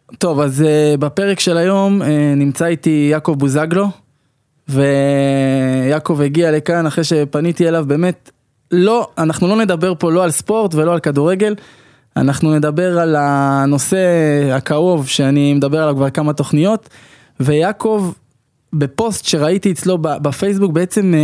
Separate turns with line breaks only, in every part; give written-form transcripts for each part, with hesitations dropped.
טוב, אז בפרק של היום נמצא איתי יעקב בוזגלו, ויעקב הגיע לכאן אחרי שפניתי אליו, באמת, לא, אנחנו לא נדבר פה לא על ספורט ולא על כדורגל, אנחנו נדבר על הנושא הקרוב שאני מדבר עליו כבר כמה תוכניות, ויעקב בפוסט שראיתי אצלו בפייסבוק בעצם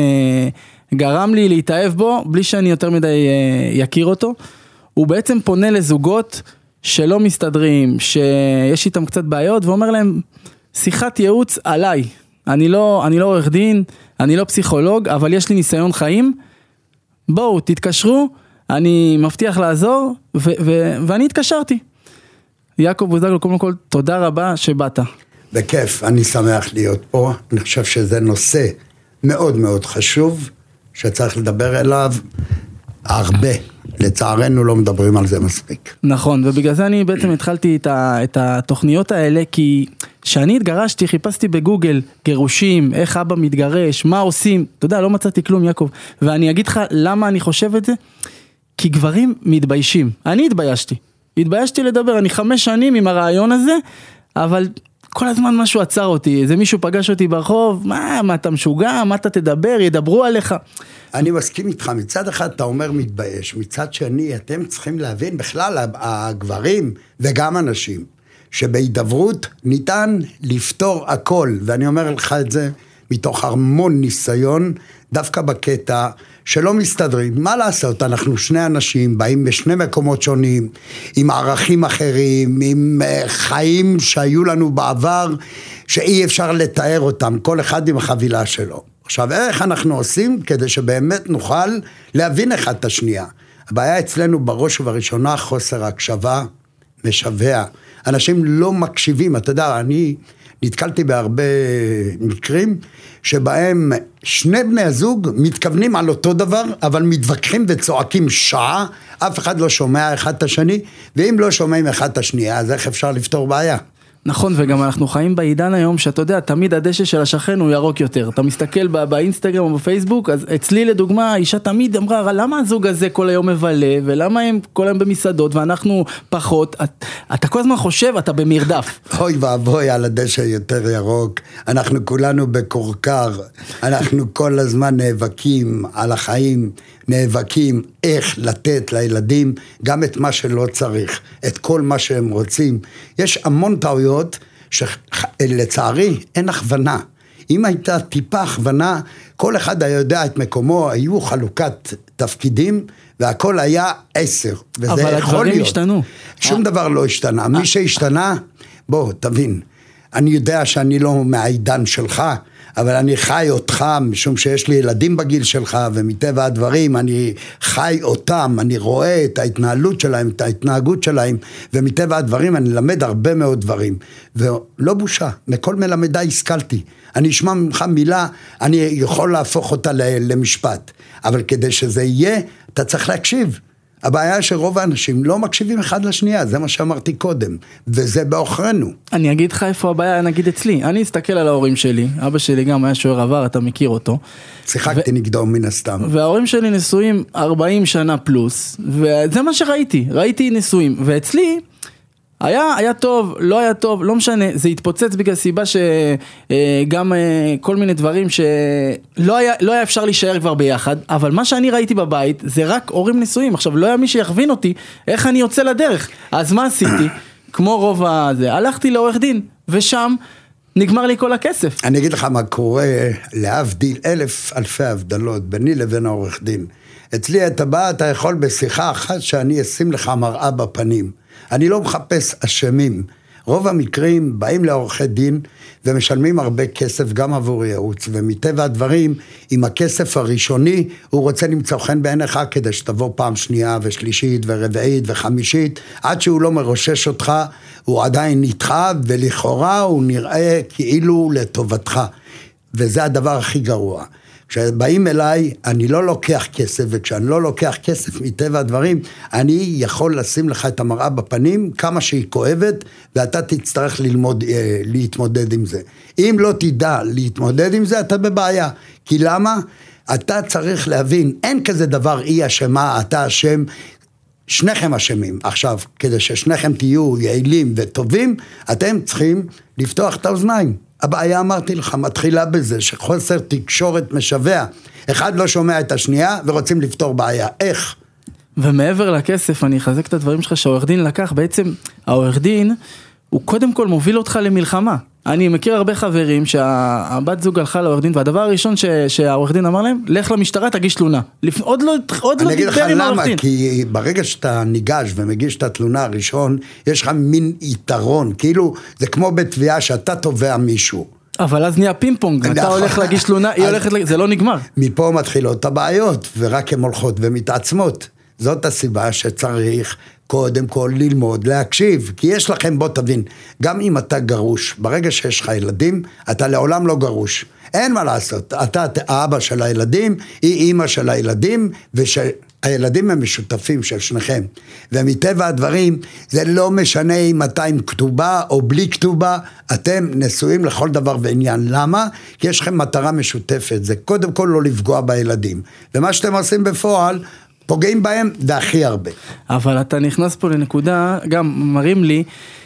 גרם לי להתאהב בו, בלי שאני יותר מדי יכיר אותו, הוא בעצם פונה לזוגות שלא מסתדרים, שיש איתם קצת בעיות, ואומר להם, שיחת ייעוץ עליי, אני לא עורך דין, אני לא פסיכולוג, אבל יש לי ניסיון חיים, בואו תתקשרו, אני מבטיח לעזור, ואני התקשרתי. יעקב בוזגלו, קודם כל, תודה רבה שבאת.
בכיף, אני שמח להיות פה, אני חושב שזה נושא מאוד מאוד חשוב, שצריך לדבר אליו הרבה, לצערנו לא מדברים על זה מספיק.
נכון, ובגלל זה אני בעצם התחלתי את התוכניות האלה, כי כשאני התגרשתי, חיפשתי בגוגל גירושים, איך אבא מתגרש, מה עושים, אתה יודע, לא מצאתי כלום יעקב, ואני אגיד לך למה אני חושב את זה, כי גברים מתביישים, אני התביישתי לדבר, אני 5 שנים עם הרעיון הזה, אבל כל הזמן משהו עצר אותי, איזה מישהו פגש אותי ברחוב, מה אתה משוגע, מה אתה תדבר, ידברו עליך.
אני מסכים איתך, מצד אחד אתה אומר מתבייש, מצד שני אתם צריכים להבין בכלל הגברים וגם אנשים, שבהידברות ניתן לפתור הכל, ואני אומר לך את זה מתוך המון ניסיון, דווקא בקטע שלא מסתדרים. מה לעשות? אנחנו שני אנשים, באים בשני מקומות שונים, עם ערכים אחרים, עם חיים שהיו לנו בעבר, שאי אפשר לתאר אותם, כל אחד עם החבילה שלו. עכשיו, איך אנחנו עושים כדי שבאמת נוכל להבין אחד את השנייה? הבעיה אצלנו בראש ובראשונה חוסר הקשבה משווע. אנשים לא מקשיבים, אתה יודע, אני נתקלתי בהרבה מקרים שבהם שני בני הזוג מתכוונים על אותו דבר, אבל מתווכחים וצועקים שעה, אף אחד לא שומע אחד את השני, ואם לא שומעים אחד את השנייה, אז איך אפשר לפתור בעיה?
נכון, וגם אנחנו חיים בעידן היום, שאתה יודע, תמיד הדשא של השכן הוא ירוק יותר. אתה מסתכל באינסטגרם או בפייסבוק, אז אצלי לדוגמה, האישה תמיד אמרה, למה הזוג הזה כל היום מבלה, ולמה הם כל היום במסעדות, ואנחנו פחות, אתה כל הזמן חושב, אתה במרדף.
אוי ואבוי על הדשא יותר ירוק, אנחנו כולנו בקורקר, אנחנו כל הזמן נאבקים על החיים, נאבקים איך לתת לילדים גם את מה שלא צריך, את כל מה שהם רוצים. יש המון טעויות שלצערי אין הכוונה. אם הייתה טיפה הכוונה, כל אחד היה יודע את מקומו, היו חלוקת תפקידים, והכל היה 10.
אבל הדברים השתנו.
שום דבר לא השתנה. מי שהשתנה, בוא, תבין, אני יודע שאני לא מהעידן שלך, אבל אני חי אותך, משום שיש לי ילדים בגיל שלך, ומטבע הדברים אני חי אותם, אני רואה את ההתנהלות שלהם, את ההתנהגות שלהם, ומטבע הדברים אני למד הרבה מאוד דברים, ולא בושה, מכל מלמדה השכלתי, אני אשמע ממך מילה, אני יכול להפוך אותה למשפט, אבל כדי שזה יהיה, אתה צריך להקשיב. הבעיה שרוב האנשים לא מקשיבים אחד לשנייה, זה מה שאמרתי קודם, וזה באוכרנו.
אני אגיד לך איפה הבעיה, נגיד אצלי, אני אסתכל על ההורים שלי, אבא שלי גם היה שוער עבר, אתה מכיר אותו.
שיחקתי נגדו מן הסתם.
וההורים שלי נשואים 40 שנה פלוס, וזה מה שראיתי, ראיתי נשואים, ואצלי היה טוב, לא היה טוב, לא משנה, זה התפוצץ בגלל סיבה שגם כל מיני דברים שלא היה אפשר להישאר כבר ביחד, אבל מה שאני ראיתי בבית זה רק הורים נשואים, עכשיו לא היה מי שיכווין אותי איך אני יוצא לדרך, אז מה עשיתי? כמו רוב הזה, הלכתי לעורך דין, ושם נגמר לי כל הכסף.
אני אגיד לך מה קורה, להבדיל אלפי הבדלות ביני לבין העורך דין. אצלי אתה בא, אתה יכול בשיחה אחת שאני אשים לך מראה בפנים. אני לא מחפש אשמים. רוב המקרים באים לעורכי דין ומשלמים הרבה כסף גם עבור ייעוץ, ומטבע הדברים, עם הכסף הראשוני, הוא רוצה למצוא חן בעיניך כדי שתבוא פעם שנייה ושלישית ורביעית וחמישית, עד שהוא לא מרושש אותך, הוא עדיין איתך, ולכאורה הוא נראה כאילו לטובתך. וזה הדבר הכי גרוע. כשבאים אליי, אני לא לוקח כסף, וכשאני לא לוקח כסף מטבע הדברים, אני יכול לשים לך את המראה בפנים, כמה שהיא כואבת, ואתה תצטרך להתמודד עם זה. אם לא תדע להתמודד עם זה, אתה בבעיה. כי למה? אתה צריך להבין, אין כזה דבר אי אשמה, אתה אשם, שניכם אשמים. עכשיו, כדי ששניכם תהיו יעילים וטובים, אתם צריכים לפתוח את האוזניים. הבעיה, אמרתי לך, מתחילה בזה שחוסר תקשורת משווה. אחד לא שומע את השנייה ורוצים לפתור בעיה. איך?
ומעבר לכסף, אני אחזק את הדברים שלך שהעורך דין לקח, בעצם העורך דין הוא קודם כל מוביל אותך למלחמה. אני מכיר הרבה חברים שהבת זוג הלכה לעורך דין, והדבר הראשון שהעורך דין אמר להם, לך למשטרה, תגיש תלונה. עוד לא דיבר עם העורך דין.
כי ברגע שאתה ניגש ומגיש את התלונה הראשון, יש לך מין יתרון, כאילו זה כמו בתביעה שאתה תובע מישהו.
אבל אז נהיה פינג פונג, אתה הולך להגיש תלונה, היא הולכת, זה לא נגמר.
מפה מתחילות הבעיות, ורק הן הולכות ומתעצמות. זאת הסיבה שצריך קודם כל ללמוד, להקשיב, כי יש לכם, בוא תבין, גם אם אתה גרוש, ברגע שיש לך ילדים, אתה לעולם לא גרוש. אין מה לעשות, אתה האבא של הילדים, היא אימא של הילדים, והילדים הם משותפים של שניכם. ומטבע הדברים, זה לא משנה אם אתה עם כתובה או בלי כתובה, אתם נשואים לכל דבר ועניין. למה? כי יש לכם מטרה משותפת, זה קודם כל לא לפגוע בילדים. ומה שאתם עושים בפועל, פוגעים בהם והכי הרבה.
אבל אתה נכנס פה לנקודה, גם מראים לי,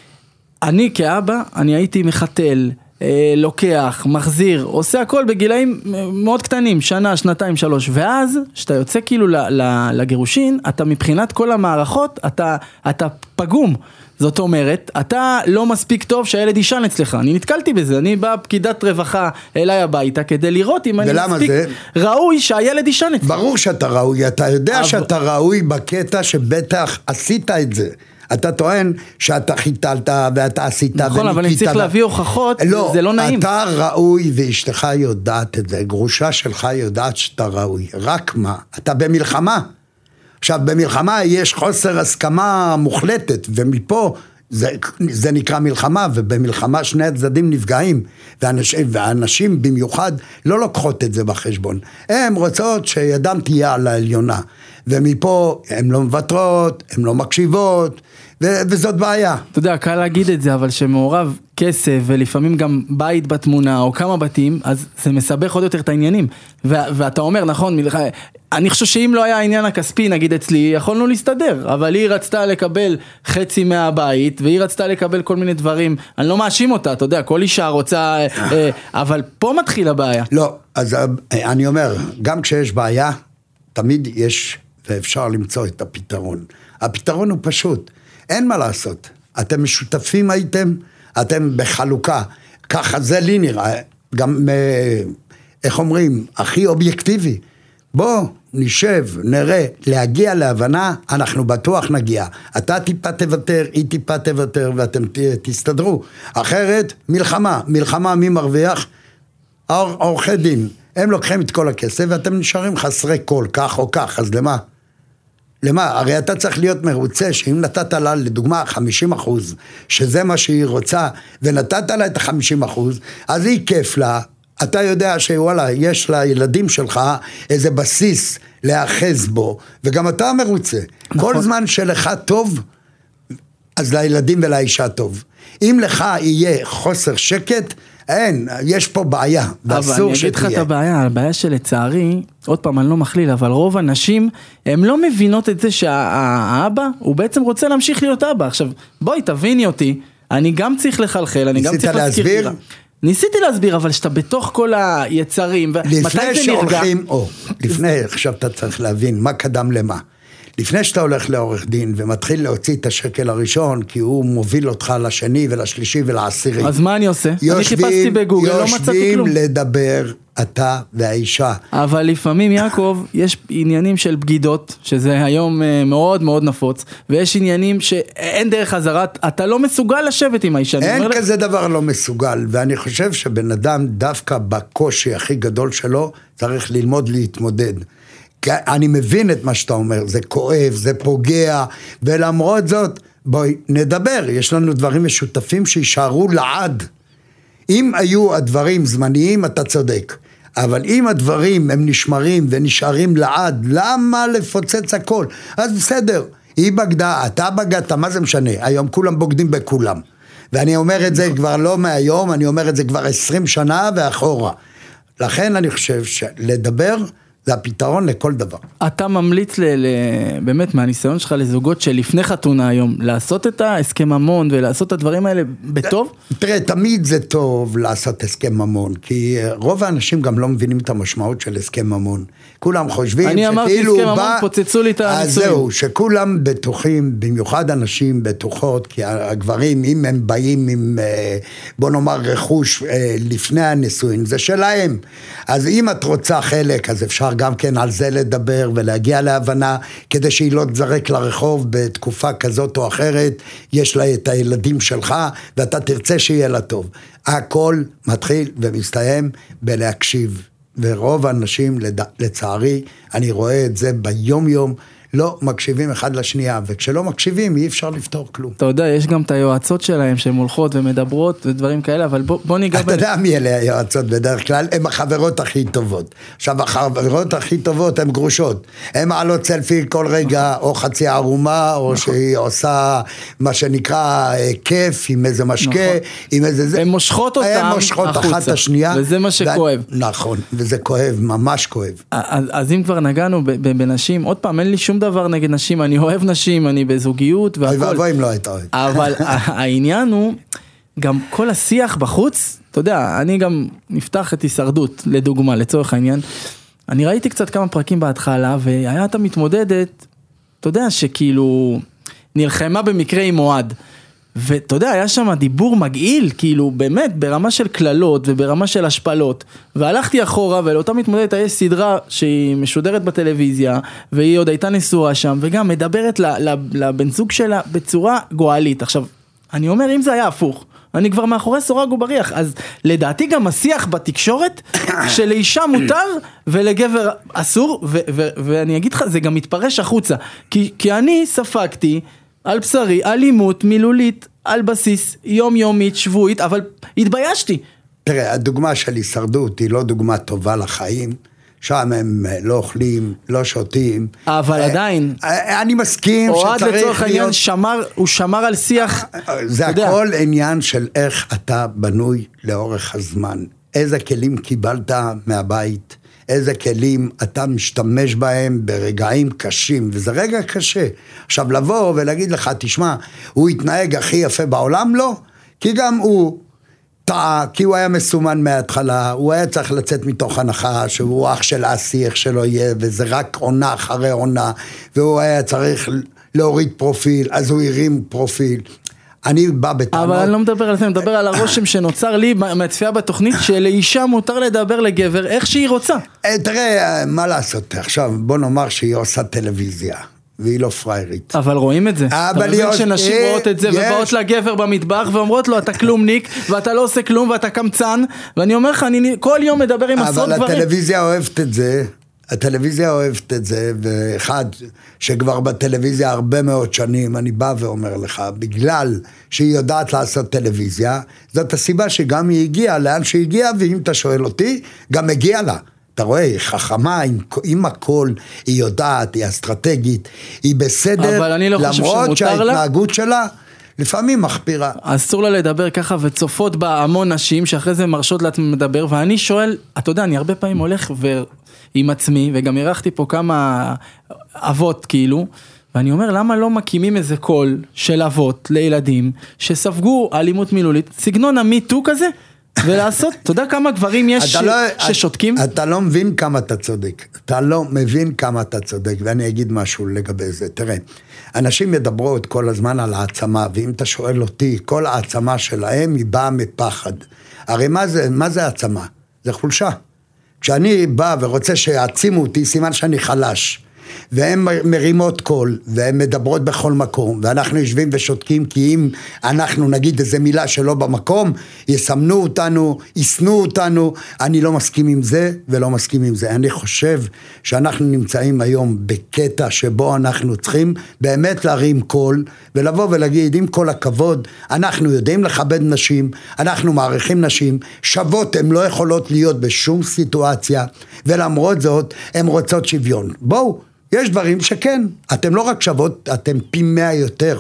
אני כאבא, אני הייתי מחתל, לוקח, מחזיר, עושה הכל בגילאים מאוד קטנים, שנה, שנתיים, 3, ואז, שאתה יוצא כאילו לגירושין, אתה מבחינת כל המערכות, אתה פגום. זאת אומרת, אתה לא מספיק טוב שהילד ישן אצלך. אני נתקלתי בזה, אני בא פקידת רווחה אליי הביתה, כדי לראות אם אני מספיק ראוי שהילד ישן אצלך.
ברור שאתה ראוי, אתה יודע שאתה ראוי בקטע שבטח עשית את זה. אתה טוען שאתה חיתלת ואתה עשית.
נכון, אבל אני צריך להביא הוכחות, זה לא נעים.
אתה ראוי ואשתך יודעת את זה, גרושה שלך יודעת שאתה ראוי. רק מה? אתה במלחמה. עכשיו, במלחמה יש חוסר הסכמה מוחלטת, ומפה זה נקרא מלחמה, ובמלחמה שני הצדדים נפגעים, והאנשים במיוחד לא לוקחות את זה בחשבון. הן רוצות שידם תהיה על העליונה, ומפה הן לא מוותרות, הן לא מקשיבות, וזאת בעיה.
אתה יודע, קל להגיד את זה, אבל שמעורב כסף, ולפעמים גם בית בתמונה, או כמה בתים, אז זה מסבך עוד יותר את העניינים. ואתה אומר, נכון, אני חושב שאם לא היה העניין הכספי, נגיד אצלי, יכולנו להסתדר, אבל היא רצתה לקבל חצי מהבית, והיא רצתה לקבל כל מיני דברים, אני לא מאשים אותה, אתה יודע, כל אישה רוצה, אבל פה מתחיל הבעיה.
לא, אז אני אומר, גם כשיש בעיה, תמיד יש, ואפשר למצוא את הפתרון. הפתרון הוא פשוט, אין מה לעשות. אתם משותפים הייתם, אתם בחלוקה, ככה זה לי נראה, גם, איך אומרים, הכי אובייקטיבי. בוא נשב, נראה, להגיע להבנה, אנחנו בטוח נגיע. אתה טיפה תוותר, היא טיפה תוותר, ואתם תסתדרו. אחרת, מלחמה מי מרוויח? עורכי דין. הם לוקחים את כל הכסף, ואתם נשארים חסרי כל, כך או כך, אז למה? למה? הרי אתה צריך להיות מרוצה, שאם נתת לה לדוגמה 50%, שזה מה שהיא רוצה, ונתת לה את 50%, אז היא כיף לה, אתה יודע שוואלה, יש לילדים שלך איזה בסיס להאחז בו, וגם אתה מרוצה. נכון. כל זמן שלך טוב, אז לילדים ולאישה טוב. אם לך יהיה חוסר שקט, אין, יש פה בעיה, ואסור שתהיה.
אבל אני אגיד לך את הבעיה שלצערי, עוד פעם אני לא מכליל, אבל רוב הנשים, הן לא מבינות את זה שהאבא, הוא בעצם רוצה להמשיך להיות אבא. עכשיו, בואי תביני אותי, אני גם צריך לחלחל, אני גם צריך להזכיר. ניסיתי להסביר, אבל שאתה בתוך כל היצרים,
לפני שהולכים, לפני, עכשיו אתה צריך להבין, מה קדם למה. לפני שאתה הולך לעורך דין, ומתחיל להוציא את השקל הראשון, כי הוא מוביל אותך לשני ולשלישי ולעשירי.
אז מה אני עושה? אני חיפשתי בגוגל, לא מצאתי כלום.
יושבים לדבר, אתה והאישה.
אבל לפעמים, יעקב, יש עניינים של בגידות, שזה היום מאוד מאוד נפוץ, ויש עניינים שאין דרך חזרה, אתה לא מסוגל לשבת עם האישה.
אין כזה דבר לא מסוגל, ואני חושב שבן אדם דווקא בקושי הכי גדול שלו, צריך ללמוד להתמודד. אני מבין את מה שאתה אומר, זה כואב, זה פוגע, ולמרות זאת, בואי נדבר, יש לנו דברים משותפים שישארו לעד. אם היו הדברים זמניים, אתה צודק, אבל אם הדברים הם נשמרים ונשארים לעד, למה לפוצץ הכל? אז בסדר, היא בגדה, אתה בגדת, מה זה משנה? היום כולם בוגדים בכולם, ואני אומר את זה כבר לא מהיום, אני אומר את זה כבר 20 שנה ואחורה. לכן אני חושב שלדבר, זה הפתרון לכל דבר.
אתה ממליץ באמת מהניסיון שלך לזוגות שלפני חתונה היום, לעשות את ההסכם ממון ולעשות את הדברים האלה בטוב?
תראה, תמיד זה טוב לעשות הסכם ממון, כי רוב האנשים גם לא מבינים את המשמעות של הסכם ממון. כולם חושבים
אני אמרתי הסכם ממון, פוצצו לי את הניסויים.
אז זהו, שכולם בטוחים, במיוחד אנשים בטוחות, כי הגברים, אם הם באים עם, בוא נאמר, רכוש לפני הניסויים, זה שלהם. אז אם את רוצה חלק, אז אפשר גם כן על זה לדבר ולהגיע להבנה, כדי שהיא לא תזרק לרחוב בתקופה כזאת או אחרת, יש לה את הילדים שלך, ואתה תרצה שיהיה לה טוב. הכל מתחיל ומסתיים בלהקשיב, ורוב האנשים, לצערי, אני רואה את זה ביום יום, לא מקשיבים אחד לשנייה, וכשלא מקשיבים אי אפשר לפתור כלום.
אתה יודע, יש גם את היועצות שלהם שהן הולכות ומדברות ודברים כאלה, אבל בוא ניגע...
אתה יודע מי אלה היועצות בדרך כלל? הן החברות הכי טובות. עכשיו, החברות הכי טובות הן גרושות. הן מעלות סלפי כל רגע, או חצי ערומה, או שהיא עושה מה שנקרא כיף, עם איזה משקה, עם איזה...
הן מושכות אותם
הן מושכות אחת השנייה.
וזה מה שכואב.
נכון, וזה כואב, ממש כואב.
אז אם כבר נגענו בנשים, עוד פעם, אין לי שום דבר נגד נשים, אני אוהב נשים, אני בזוגיות והכל.
ואם לא היית אוהב.
אבל העניין הוא, גם כל השיח בחוץ, אתה יודע, אני גם נפתח את הישרדות, לדוגמה, לצורך העניין, אני ראיתי קצת כמה פרקים בהתחלה, והיה את המתמודדת, אתה יודע, שכאילו נלחמה במקרה עם מועד, ואתה יודע, היה שם דיבור מגעיל, כאילו באמת ברמה של כללות וברמה של השפלות, והלכתי אחורה ולאותה מתמודדת יש סדרה שהיא משודרת בטלוויזיה, והיא עוד הייתה נשואה שם, וגם מדברת לבן זוג שלה בצורה גועלית. עכשיו, אני אומר, אם זה היה הפוך, אני כבר מאחורי סורג ובריח, אז לדעתי גם השיח בתקשורת, שלאישה מותר ולגבר אסור, ואני אגיד לך, זה גם מתפרש החוצה, כי אני ספגתי, על בשרי, אלימות מילולית, על בסיס יומיומית, שבועית, אבל התביישתי.
תראה, הדוגמה של הישרדות היא לא דוגמה טובה לחיים, שם הם לא אוכלים, לא שותים.
אבל עדיין.
אני מסכים
שצריך להיות... אוהד לצורך העניין הוא שמר על שיח.
זה הכל עניין של איך אתה בנוי לאורך הזמן. איזה כלים קיבלת מהבית, איזה כלים אתה משתמש בהם ברגעים קשים, וזה רגע קשה. עכשיו לבוא ולהגיד לך, תשמע, הוא התנהג הכי יפה בעולם? לא, כי גם הוא טעה, כי הוא היה מסומן מההתחלה, הוא היה צריך לצאת מתוך הנחה, שהוא אח של אסי, איך שלא יהיה, וזה רק עונה אחרי עונה, והוא היה צריך להוריד פרופיל, אז הוא הרים פרופיל. אני בא בטענות.
אבל אני לא מדבר על זה, אני מדבר על הרושם שנוצר לי מהצפייה בתוכנית, שלאישה מותר לדבר לגבר איך שהיא רוצה.
תראה, מה לעשות? עכשיו, בוא נאמר שהיא עושה טלוויזיה, והיא לא פריירית.
אבל רואים את זה. אתה מבין שנשים רואות את זה, ובאות לגבר במטבח, ואומרות לו, אתה כלומניק, ואתה לא עושה כלום, ואתה קמצן, ואני אומר לך, אני כל יום מדבר עם עשרות דברים.
אבל הטלוויזיה אוהבת את זה, הטלוויזיה אוהבת את זה, ואחד שכבר בטלוויזיה הרבה מאוד שנים, אני בא ואומר לך, בגלל שהיא יודעת לעשות טלוויזיה, זאת הסיבה שגם היא הגיעה לאן שהיא הגיעה, ואם אתה שואל אותי, גם הגיעה לה. אתה רואה, היא חכמה, עם הכל, היא יודעת, היא אסטרטגית, היא בסדר, למרות שההתנהגות שלה, לפעמים מחפירה.
אסור לה לדבר ככה וצופות בה המון נשים, שאחרי זה מרשות לעצמם לדבר, ואני שואל, אתה יודע, אני הרבה פעמים הולך עם עצמי, וגם ערכתי פה כמה אבות כאילו, ואני אומר, למה לא מקימים איזה קול של אבות לילדים, שספגו אלימות מילולית, סגנון המיטו כזה, ולעשות, אתה יודע כמה גברים יש ששותקים?
אתה לא מבין כמה אתה צודק, אתה לא מבין כמה אתה צודק, ואני אגיד משהו לגבי זה. תראה, אנשים מדברות כל הזמן על העצמה, ואם אתה שואל אותי, כל העצמה שלהם היא באה מפחד. הרי מה זה העצמה? זה חולשה. כשאני בא ורוצה שיעצימו אותי, סימן שאני חלש. והן מרימות קול, והן מדברות בכל מקום, ואנחנו יושבים ושותקים, כי אם אנחנו נגיד איזה מילה שלא במקום, יסמנו אותנו, יסנו אותנו, אני לא מסכים עם זה, ולא מסכים עם זה. אני חושב שאנחנו נמצאים היום בקטע שבו אנחנו צריכים באמת להרים קול, ולבוא ולהגיד, עם כל הכבוד, אנחנו יודעים לכבד נשים, אנחנו מעריכים נשים, שוות הן לא יכולות להיות בשום סיטואציה, ולמרות זאת, הן רוצות שוויון. בואו, יש דברים שכן, אתם לא רק שוות, אתם פי 100 יותר.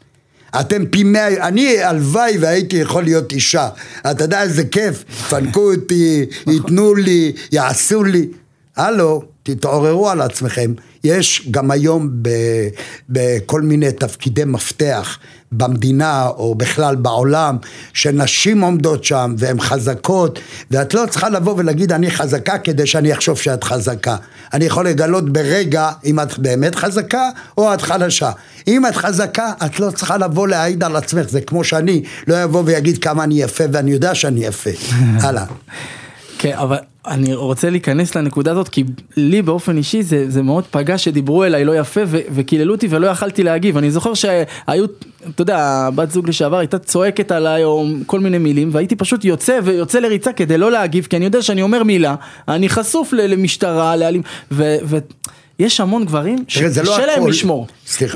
אתם פי 100, אני הלוואי והייתי יכול להיות אישה. אתה יודע איזה כיף, פנקו אותי, ייתנו לי, יעשו לי. הלו, תתעוררו על עצמכם. יש גם היום בכל מיני תפקידי מפתח במדינה או בכלל בעולם, שנשים עומדות שם והן חזקות, ואת לא צריכה לבוא ולהגיד אני חזקה כדי שאני אחשוב שאת חזקה. אני יכול לגלות ברגע אם את באמת חזקה או את חלשה. אם את חזקה, את לא צריכה לבוא להעיד על עצמך. זה כמו שאני לא אבוא ויגיד כמה אני יפה, ואני יודע שאני יפה. הלאה.
כן, אבל אני רוצה להיכנס לנקודה הזאת, כי לי באופן אישי זה מאוד פגע שדיברו אליי לא יפה וקיללו אותי ולא יכלתי להגיב. אני זוכר שהיו, אתה יודע, בת זוג לשעבר הייתה צועקת עליי או כל מיני מילים, והייתי פשוט יוצא לריצה כדי לא להגיב, כי אני יודע שאני אומר מילה, אני חשוף למשטרה, לאלים, ויש המון גברים שקשה להם לשמור.
סליחה.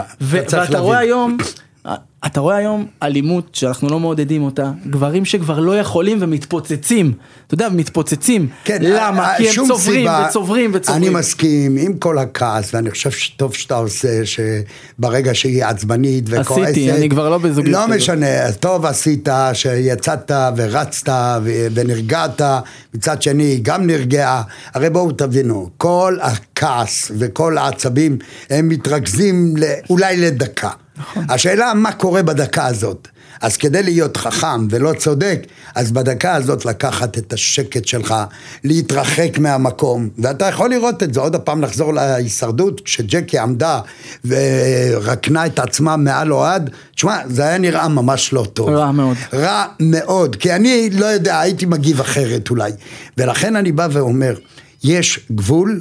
אתה רואה היום אלימות שאנחנו לא מעודדים אותה, גברים שכבר לא יכולים ומתפוצצים, אתה יודע, מתפוצצים,
כן,
למה? כי הם צוברים וצוברים וצוברים.
אני מסכים עם כל הכעס, ואני חושב שטוב שאתה עושה, שברגע שהיא עצבנית וכועסת,
עשיתי, אני כבר לא בזוגית.
לא משנה, טוב עשית שיצאת ורצת ונרגעת, מצד שני גם נרגעה, הרי בואו תבינו, כל הכעס וכל העצבים הם מתרכזים אולי לדקה. נכון. השאלה מה קורה בדקה הזאת, אז כדי להיות חכם ולא צודק, אז בדקה הזאת לקחת את השקט שלך, להתרחק מהמקום, ואתה יכול לראות את זה, עוד הפעם לחזור להישרדות, כשג'קי עמדה ורקנה את עצמה מעל אוהד, תשמע, זה היה נראה ממש לא טוב.
רע מאוד.
רע מאוד, כי אני לא יודע, הייתי מגיב אחרת אולי, ולכן אני בא ואומר, יש גבול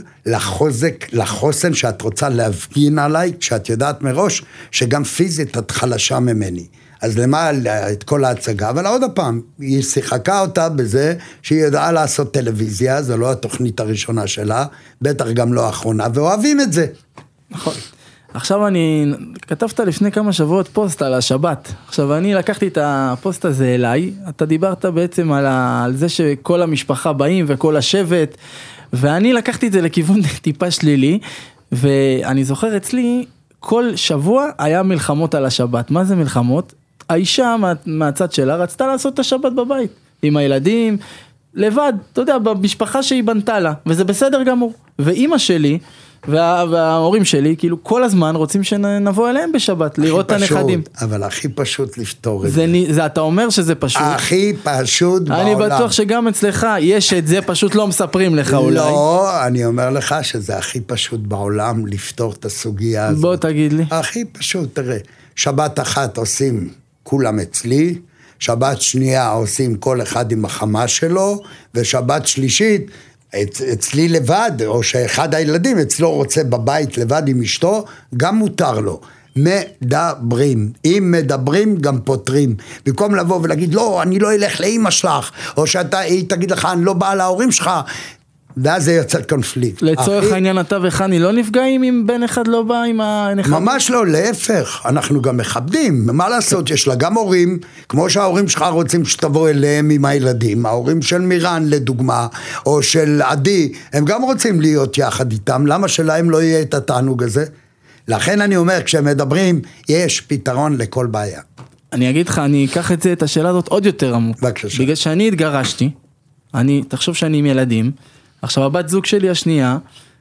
לחוסן שאת רוצה להפגין עליי, כשאת יודעת מראש שגם פיזית את חלשה ממני. אז למה את כל ההצגה? אבל עוד הפעם, היא שיחקה אותה בזה שהיא ידעה לעשות טלוויזיה, זו לא התוכנית הראשונה שלה, בטח גם לא האחרונה, ואוהבים את זה.
נכון. עכשיו כתבת לפני כמה שבועות פוסט על השבת. עכשיו אני לקחתי את הפוסט הזה אליי, אתה דיברת בעצם על זה שכל המשפחה באים וכל השבט, ואני לקחתי את זה לכיוון טיפה שלילי, ואני זוכר אצלי, כל שבוע היה מלחמות על השבת. מה זה מלחמות? האישה מהצד שלה רצתה לעשות את השבת בבית, עם הילדים, לבד, אתה יודע, במשפחה שהיא בנתה לה, וזה בסדר גמור. ואימא שלי, וההורים שלי, כאילו כל הזמן רוצים שנבוא אליהם בשבת, לראות את הנכדים.
אבל הכי פשוט לפתור את זה.
זה אתה אומר שזה פשוט.
הכי פשוט בעולם.
אני בטוח שגם אצלך יש את זה, פשוט לא מספרים לך אולי.
לא, אני אומר לך שזה הכי פשוט בעולם לפתור את הסוגיה הזאת.
בוא תגיד לי.
הכי פשוט, תראה, שבת אחת עושים כולם אצלי, שבת שנייה עושים כל אחד עם החמה שלו, ושבת שלישית, אצלי לבד, או שאחד הילדים אצלו רוצה בבית לבד עם אשתו, גם מותר לו. מדברים. אם מדברים, גם פותרים. במקום לבוא ולהגיד, לא, אני לא אלך לאמא שלך, או שהיא תגיד לך, אני לא באה להורים שלך, ואז זה יוצא קונפליקט.
לצורך העניין אתה וחני לא נפגעים אם בן אחד לא בא עם הנכדים?
ממש לא, להפך, אנחנו גם מכבדים, מה לעשות, יש לה גם הורים, כמו שההורים שלך רוצים שתבוא אליהם עם הילדים, ההורים של מירן לדוגמה, או של עדי, הם גם רוצים להיות יחד איתם, למה שלהם לא יהיה את התענוג הזה? לכן אני אומר, כשמדברים, יש פתרון לכל בעיה.
אני אגיד לך, אני אקח את השאלה הזאת עוד יותר עמוק.
בבקשה.
בגלל שאני התגרשתי, תחשוב שאני עם ילדים, עכשיו הבת זוג שלי השנייה,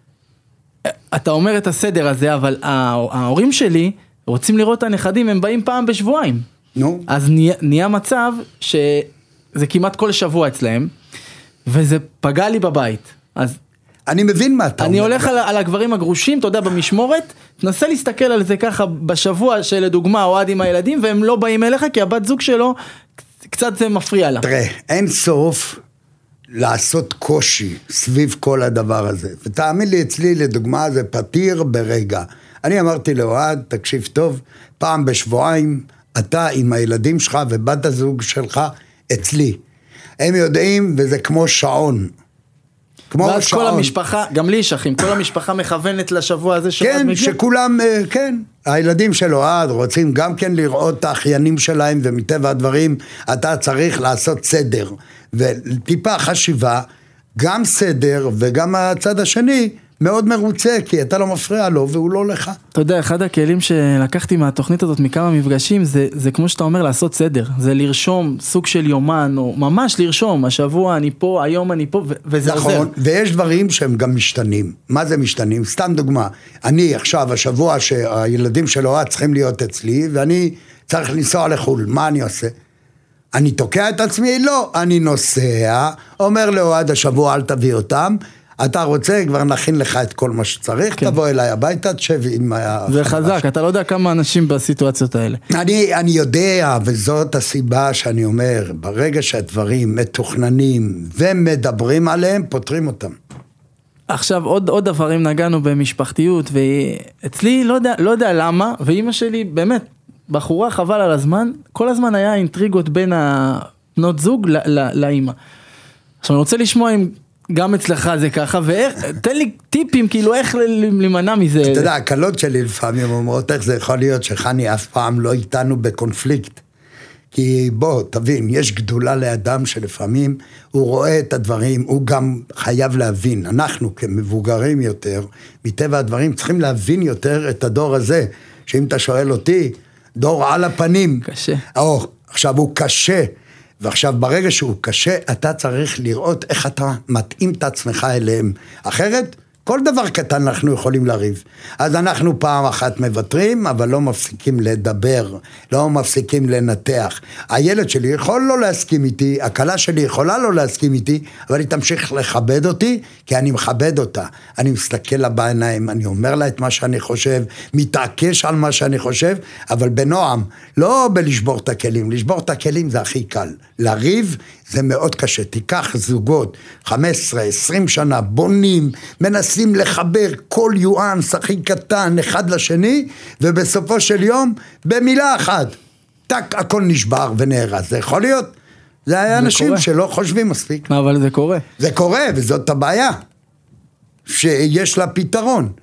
אתה אומר את הסדר הזה, אבל ההורים שלי רוצים לראות את הנכדים, הם באים פעם בשבועיים.
נו.
אז נהיה מצב שזה כמעט כל שבוע אצלהם, וזה פגע לי בבית. אז
אני מבין מה אתה אומר.
אני הולך על הגברים הגרושים, אתה יודע, במשמורת, תנסה להסתכל על זה ככה בשבוע שלדוגמה אוהד עם הילדים, והם לא באים אליך, כי הבת זוג שלו קצת זה מפריע לה.
תראה, אין סוף לעשות קושי סביב כל הדבר הזה. ותאמין לי, אצלי לדוגמה זה פתיר ברגע. אני אמרתי לאוהד, תקשיב טוב, פעם בשבועיים, אתה עם הילדים שלך ובת הזוג שלך אצלי. הם יודעים, וזה כמו שעון.
ואז כל המשפחה, גם לי יש אחים, כל המשפחה מכוונת לשבוע הזה
כן, שכולם, כן, הילדים של אוהד רוצים גם כן לראות את האחיינים שלהם, ומטבע הדברים אתה צריך לעשות סדר, וטיפה חשיבה, גם סדר וגם הצד השני מאוד מרוצה, כי אתה לא מפריע לו והוא לא לך.
אתה יודע, אחד הכלים שלקחתי מהתוכנית הזאת מכמה מפגשים, זה כמו שאתה אומר, לעשות סדר. זה לרשום סוג של יומן, או ממש לרשום, השבוע אני פה, היום אני פה, וזה עוזר.
נכון, ויש דברים שהם גם משתנים. מה זה משתנים? סתם דוגמה, אני עכשיו, השבוע שהילדים של אוהד צריכים להיות אצלי, ואני צריך לנסוע לחול, מה אני עושה? אני תוקע את עצמי? לא, אני נוסע, אומר לאוהד השבוע אל תביא אותם, אתה רוצה, כבר נכין לך את כל מה שצריך, כן. תבוא אליי הביתה, תשב עם
זה חזק, אתה לא יודע כמה אנשים בסיטואציות האלה.
אני יודע, וזאת הסיבה שאני אומר, ברגע שהדברים מתוכננים ומדברים עליהם, פותרים אותם.
עכשיו עוד דברים נגענו במשפחתיות, ואצלי לא יודע למה, ואמא שלי באמת, בחורה חבל על הזמן, כל הזמן היה אינטריגות בין הבנות זוג לאמא. עכשיו אני רוצה לשמוע אם גם אצלך זה ככה, תן לי טיפים כאילו איך להימנע מזה.
אתה יודע, הקלות שלי לפעמים אומרות איך זה יכול להיות שחני אף פעם לא איתנו בקונפליקט. כי בוא, תבין, יש גדולה לאדם שלפעמים הוא רואה את הדברים, הוא גם חייב להבין. אנחנו כמבוגרים יותר, מטבע הדברים, צריכים להבין יותר את הדור הזה, שאם אתה שואל אותי, דור על הפנים.
קשה.
עכשיו הוא קשה, ועכשיו ברגע שהוא קשה, אתה צריך לראות איך אתה מתאים את עצמך אליהם. אחרת, כל דבר קטן אנחנו יכולים לריב. אז אנחנו פעם אחת מוותרים, אבל לא מפסיקים לדבר, לא מפסיקים לנתח. הילד שלי יכול לא להסכים איתי, הכלה שלי יכולה לא להסכים איתי, אבל היא תמשיך לכבד אותי, כי אני מכבד אותה. אני מסתכל לה בעיניים, אני אומר לה את מה שאני חושב, מתעקש על מה שאני חושב, אבל בנועם, לא בלשבור את הכלים. לשבור את הכלים זה הכי קל. לריב זה מאוד קשה. תיקח זוגות, 15, 20 שנה, בונים, מנסים לחבר כל יואנס הכי קטן אחד לשני, ובסופו של יום, במילה אחת, טק, הכל נשבר ונהרס. זה יכול להיות? זה היה אנשים קורה. שלא חושבים מספיק.
אבל זה קורה.
זה קורה, וזאת הבעיה. שיש לה פתרון.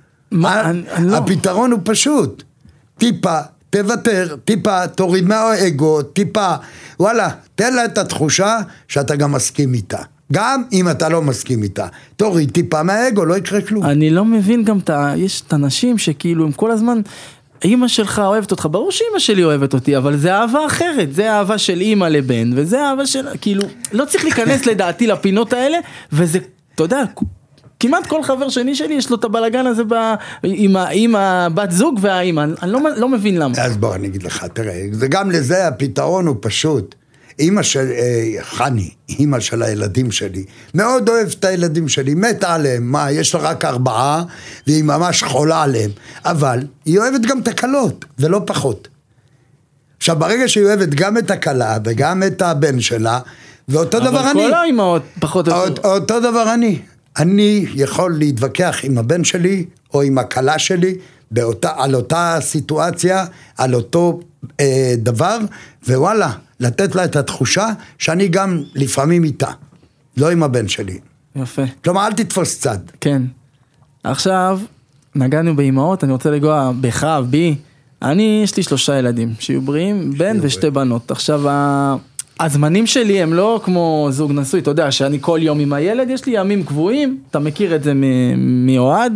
הפתרון הוא פשוט. טיפה, תוותר, טיפה, תוריד מהאגו, טיפה, וואלה, תן לה את התחושה שאתה גם מסכים איתה. גם אם אתה לא מסכים איתה. תוריד טיפה מהאגו, לא יקרה כלום.
אני לא מבין גם, יש את אנשים שכאילו הם כל הזמן, אמא שלך אוהבת אותך, ברור שאמא שלי אוהבת אותי, אבל זה אהבה אחרת, זה אהבה של אמא לבן, וזה אהבה של, כאילו, לא צריך להיכנס לדעתי לפינות האלה, וזה, אתה יודע, כמעט כל חבר שני שלי יש לו את הבלגן הזה עם הבת זוג והאמא, אני לא מבין למה.
אז בוא אני אגיד לך, תראה, וגם לזה הפתרון הוא פשוט. אמא של חני, אמא של הילדים שלי, מאוד אוהבת את הילדים שלי, מתה עליהם, מה, יש לה רק 4, והיא ממש חולה עליהם, אבל היא אוהבת גם את הקלות, ולא פחות. עכשיו, ברגע שהיא אוהבת גם את הקלה, וגם את הבן שלה, ואותו דבר אני.
אבל כל האמאות פחות או יותר.
אותו דבר אני יכול להתווכח עם הבן שלי, או עם הקלה שלי, על אותה סיטואציה, על אותו דבר, ווואלה, לתת לה את התחושה שאני גם לפעמים איתה, לא עם הבן שלי.
יפה.
כלומר, אל תתפוס צד.
כן. עכשיו, נגענו באמאות, אני רוצה לגוע בך, בי. יש לי 3 ילדים, שיהיו בריאים, בן ושתי בנות. עכשיו, הזמנים שלי הם לא כמו זוג נשוי, אתה יודע, שאני כל יום עם הילד, יש לי ימים קבועים, אתה מכיר את זה מאוהד,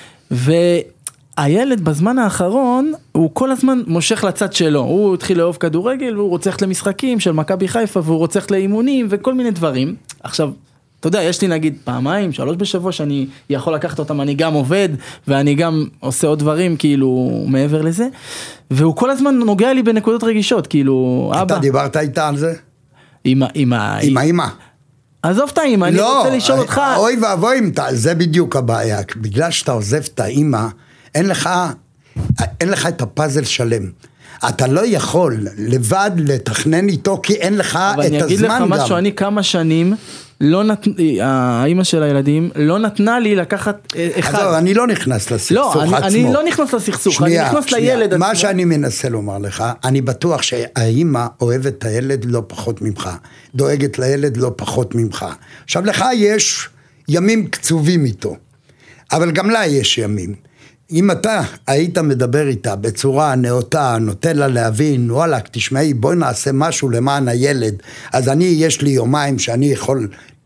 הילד בזמן האחרון, הוא כל הזמן מושך לצד שלו, הוא התחיל לאהוב כדורגל, והוא רוצה ללכת למשחקים של מכבי חיפה, והוא רוצה ללכת לאימונים, וכל מיני דברים. עכשיו, אתה יודע, יש לי נגיד 2, 3 בשבוע, שאני יכול לקחת אותם, אני גם עובד, ואני גם עושה עוד דברים, כאילו, מעבר לזה, והוא כל הזמן נוגע לי בנקודות רגישות, כאילו, אבא.
אתה דיברת איתה על זה?
עם
האמא.
עזוב את האמא, אני רוצה לשאול אותך.
אוי ואבוי, זה בדיוק הבעיה, בגלל שאתה עוזב את האמא, אין לך את הפאזל שלם. אתה לא יכול לבד לתכנן איתו, כי אין לך את הזמן גם.
אבל אני אגיד לך משהו, אני כמה שנים, האמא של הילדים לא נתנה לי לקחת אחד.
אז אני לא נכנס לסכסוך עצמו.
לא, אני לא נכנס לסכסוך, אני נכנס לילד עצמו.
מה שאני מנסה לומר לך, אני בטוח שהאמא אוהבת את הילד לא פחות ממך, דואגת לילד לא פחות ממך. עכשיו לך יש ימים קצובים איתו, אבל גם לה יש ימים. אם אתה היית מדבר איתה בצורה נאותה, נותן לה להבין, וואלה, תשמעי, בואי נעשה משהו למען הילד, אז יש לי יומיים שאני יכול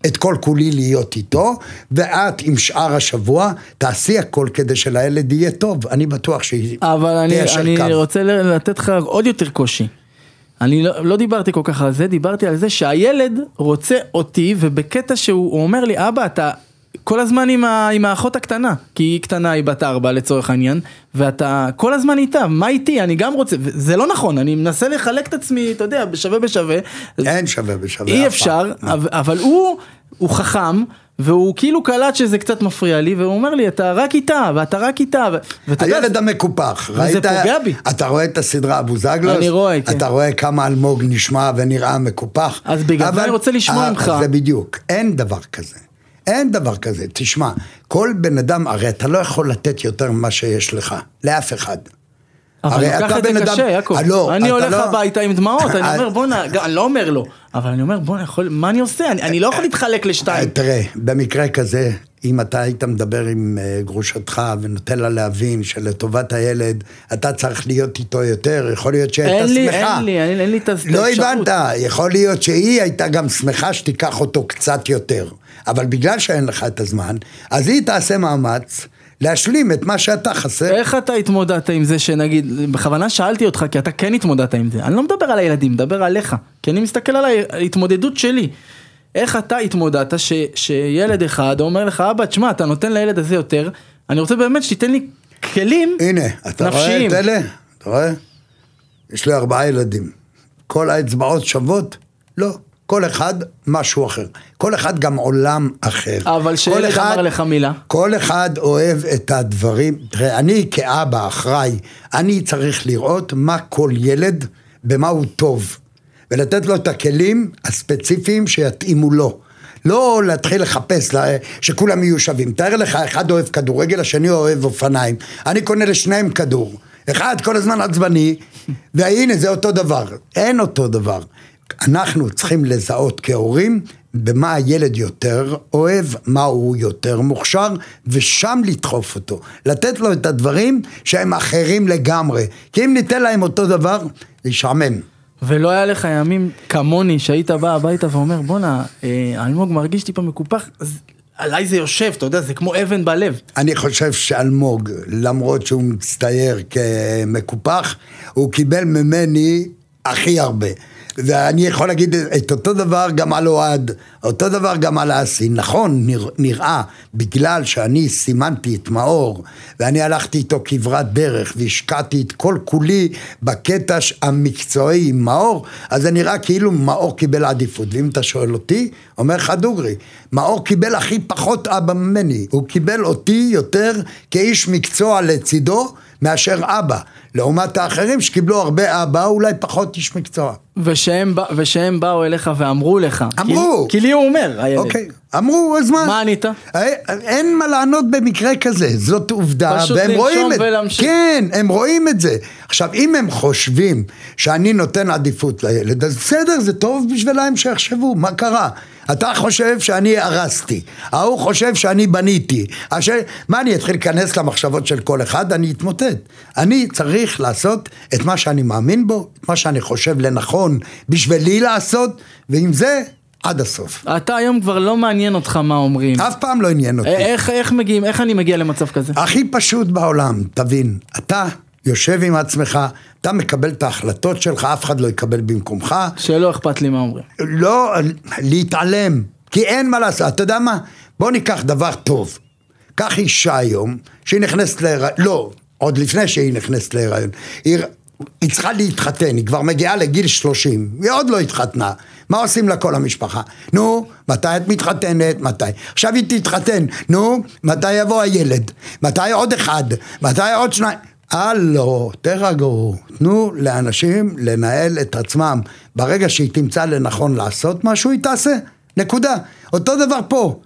את כל כולי להיות איתו, ואת עם שאר השבוע תעשי הכל כדי שלילד יהיה טוב, אני בטוח שהיא
אבל אני רוצה לתת לך עוד יותר קושי. אני לא דיברתי כל כך על זה, דיברתי על זה שהילד רוצה אותי, ובקטע שהוא אומר לי, אבא, אתה כל הזמן עם האחות הקטנה, כי היא קטנה, היא בת 4 לצורך העניין, ואתה כל הזמן איתה, מה איתי? אני גם רוצה, זה לא נכון, אני מנסה לחלק את עצמי, אתה יודע, בשווה בשווה.
אין שווה בשווה.
אי אפשר, אבל הוא חכם, והוא כאילו קלט שזה קצת מפריע לי, והוא אומר לי, אתה רק איתה, ואתה רק איתה.
הילד המקופח,
וזה פוגע בי.
אתה רואה את הסדרה אבו זגלוס?
אני רואה, כן.
אתה רואה כמה אלמוג נשמע ונראה מקופח?
אז בגלל זה אני רוצה לשמוע ממך.
זה בדיוק, אין דבר כזה. אין דבר כזה, תשמע, כל בן אדם, הרי אתה לא יכול לתת יותר ממה שיש לך, לאף אחד.
אבל לקח את זה קשה, יעקב. אני הולך הביתה עם דמעות, אני אומר בונה, אני לא אומר לו, אבל אני אומר בונה, מה אני עושה? אני לא יכול להתחלק לשתיים.
תראה, במקרה כזה, אם אתה היית מדבר עם גרושתך ונותן לה להבין שלטובת הילד, אתה צריך להיות איתו יותר, יכול להיות שהייתה שמחה.
אין לי את האפשרות.
לא הבנת, יכול להיות שהיא הייתה גם שמחה שתיקח אותו קצת יותר, אבל בגלל שאין לך את הזמן, אז היא תעשה מאמץ, להשלים את מה שאתה חסר.
איך אתה התמודדת עם זה שנגיד, בכוונה שאלתי אותך, כי אתה כן התמודדת עם זה, אני לא מדבר על הילדים, מדבר עליך, כי אני מסתכל על ההתמודדות שלי. איך אתה התמודדת שילד אחד אומר לך, אבא, תשמע, אתה נותן לילד הזה יותר, אני רוצה באמת שתיתן לי כלים נפשיים.
הנה, אתה רואה את אלה? אתה רואה? יש לי 4 ילדים. כל האצבעות שוות? לא. כל אחד משהו אחר. כל אחד גם עולם אחר.
אבל שילד אמר לך מילה.
כל אחד אוהב את הדברים. תראה, אני כאבא אחראי, אני צריך לראות מה כל ילד, במה הוא טוב. ולתת לו את הכלים הספציפיים שיתאימו לו. לא להתחיל לחפש שכולם יהיו שווים. תאר לך, אחד אוהב כדורגל, השני אוהב אופניים. אני קונה לשניהם כדור. אחד כל הזמן עצבני, והנה זה אותו דבר. אין אותו דבר. אנחנו צריכים לזהות כהורים במה הילד יותר אוהב, מה הוא יותר מוכשר, ושם לדחוף אותו. לתת לו את הדברים שהם אחרים לגמרי. כי אם ניתן להם אותו דבר, ישעמם.
ולא היה לך ימים כמוני שהיית בא הביתה ואומר, בונה, אלמוג מרגיש טיפה מקופח, אז עליי זה יושב, אתה יודע, זה כמו אבן בלב.
אני חושב שאלמוג, למרות שהוא מצטייר כמקופח, הוא קיבל ממני הכי הרבה. ואני יכול להגיד את אותו דבר גם על אוהד, אותו דבר גם על אסי. נכון, נראה, בגלל שאני סימנתי את מאור, ואני הלכתי איתו כברת דרך, והשקעתי את כל כולי בקטע המקצועי עם מאור, אז זה נראה כאילו מאור קיבל עדיפות. ואם אתה שואל אותי, אומר לך דוגרי, מאור קיבל הכי פחות אבא ממני, הוא קיבל אותי יותר כאיש מקצוע לצידו, מאשר אבא, לעומת האחרים שקיבלו הרבה אבא, אולי פחות איש מקצוע.
ושהם באו אליך ואמרו לך.
אמרו.
כי לי הוא אומר, הילד.
אוקיי, אמרו, אז מה?
מה ענית?
אין מה לענות במקרה כזה, זאת עובדה.
פשוט לנשום ולהמשיך.
כן, הם רואים את זה. עכשיו, אם הם חושבים שאני נותן עדיפות לילד, אז בסדר, זה טוב בשבילם שיחשבו, מה קרה? אתה חושב שאני הרסתי, ההוא חושב שאני בניתי, מה אני אתחיל להיכנס למחשבות של כל אחד? אני אתמוטט. אני צריך לעשות את מה שאני מאמין בו, את מה שאני חושב לנכון בשבילי לעשות, ועם זה עד הסוף.
אתה היום כבר לא מעניין אותך מה אומרים.
אף פעם לא עניין אותי.
איך אני מגיע למצב כזה?
הכי פשוט בעולם, תבין, אתה יושב עם עצמך, אתה מקבל את ההחלטות שלך, אף אחד לא יקבל במקומך.
שלא אכפת לי מה אומרים.
לא, להתעלם, כי אין מה לעשות. אתה יודע מה? בוא ניקח דבר טוב. קח אישה היום, שהיא נכנסת להיריון, לא, עוד לפני שהיא נכנסת להיריון, היא צריכה להתחתן, היא כבר מגיעה לגיל 30, היא עוד לא התחתנה. מה עושים לה כל המשפחה? נו, מתי את מתחתנת? מתי? עכשיו היא תתחתן, נו, מתי יבוא הילד? מתי עוד אחד? מתי עוד 2? הלו, תרגעו, תנו לאנשים לנהל את עצמם, ברגע שהיא תמצא לנכון לעשות משהו, היא תעשה, נקודה. אותו דבר פה,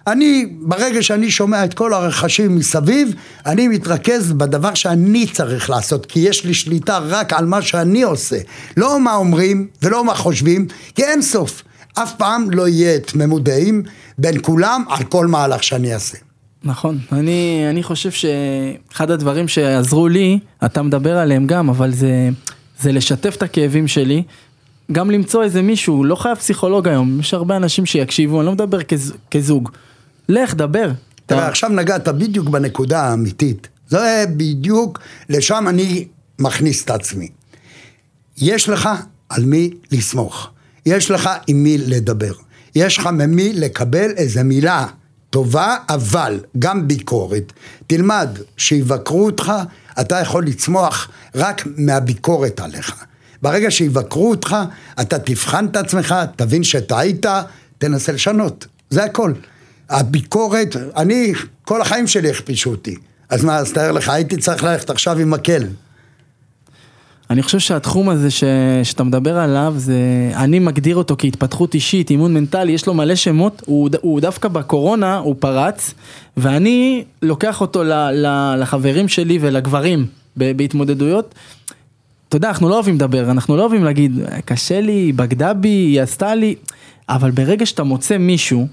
ברגע שאני שומע את כל הרכשים מסביב, אני מתרכז בדבר שאני צריך לעשות, כי יש לי שליטה רק על מה שאני עושה, לא מה אומרים ולא מה חושבים, כי אין סוף, אף פעם לא יהיה תמימות דעים בין כולם על כל מהלך שאני אעשה.
נכון, אני חושב שאחד הדברים שעזרו לי, אתה מדבר עליהם גם, אבל זה לשתף את הכאבים שלי, גם למצוא איזה מישהו, לא חייב פסיכולוג היום, יש הרבה אנשים שיקשיבו, אני לא מדבר כזוג, לך, דבר.
תראה, עכשיו נגעת בדיוק בנקודה האמיתית, זה בדיוק, לשם אני מכניס את עצמי. יש לך על מי לסמוך, יש לך עם מי לדבר, יש לך ממי לקבל איזה מילה טובה, אבל גם ביקורת. תלמד שיבקרו אותך, אתה יכול לצמוח רק מהביקורת עליך. ברגע שיבקרו אותך, אתה תבחן את עצמך, תבין שטעית, תנסה לשנות. זה הכל. הביקורת, אני, כל החיים שלי הכפישו אותי. אז מה, אז תאר לך, הייתי צריך ללכת עכשיו עם מקל.
אני חושב שהתחום הזה שאתה מדבר עליו, אני מגדיר אותו כהתפתחות אישית, אימון מנטלי, יש לו מלא שמות, הוא דווקא בקורונה, הוא פרץ, ואני לוקח אותו לחברים שלי ולגברים בהתמודדויות. אתה יודע, אנחנו לא אוהבים לדבר, אנחנו לא אוהבים להגיד, קשה לי, בגדה בי, היא עשתה לי, אבל ברגע שאתה מוצא מישהו,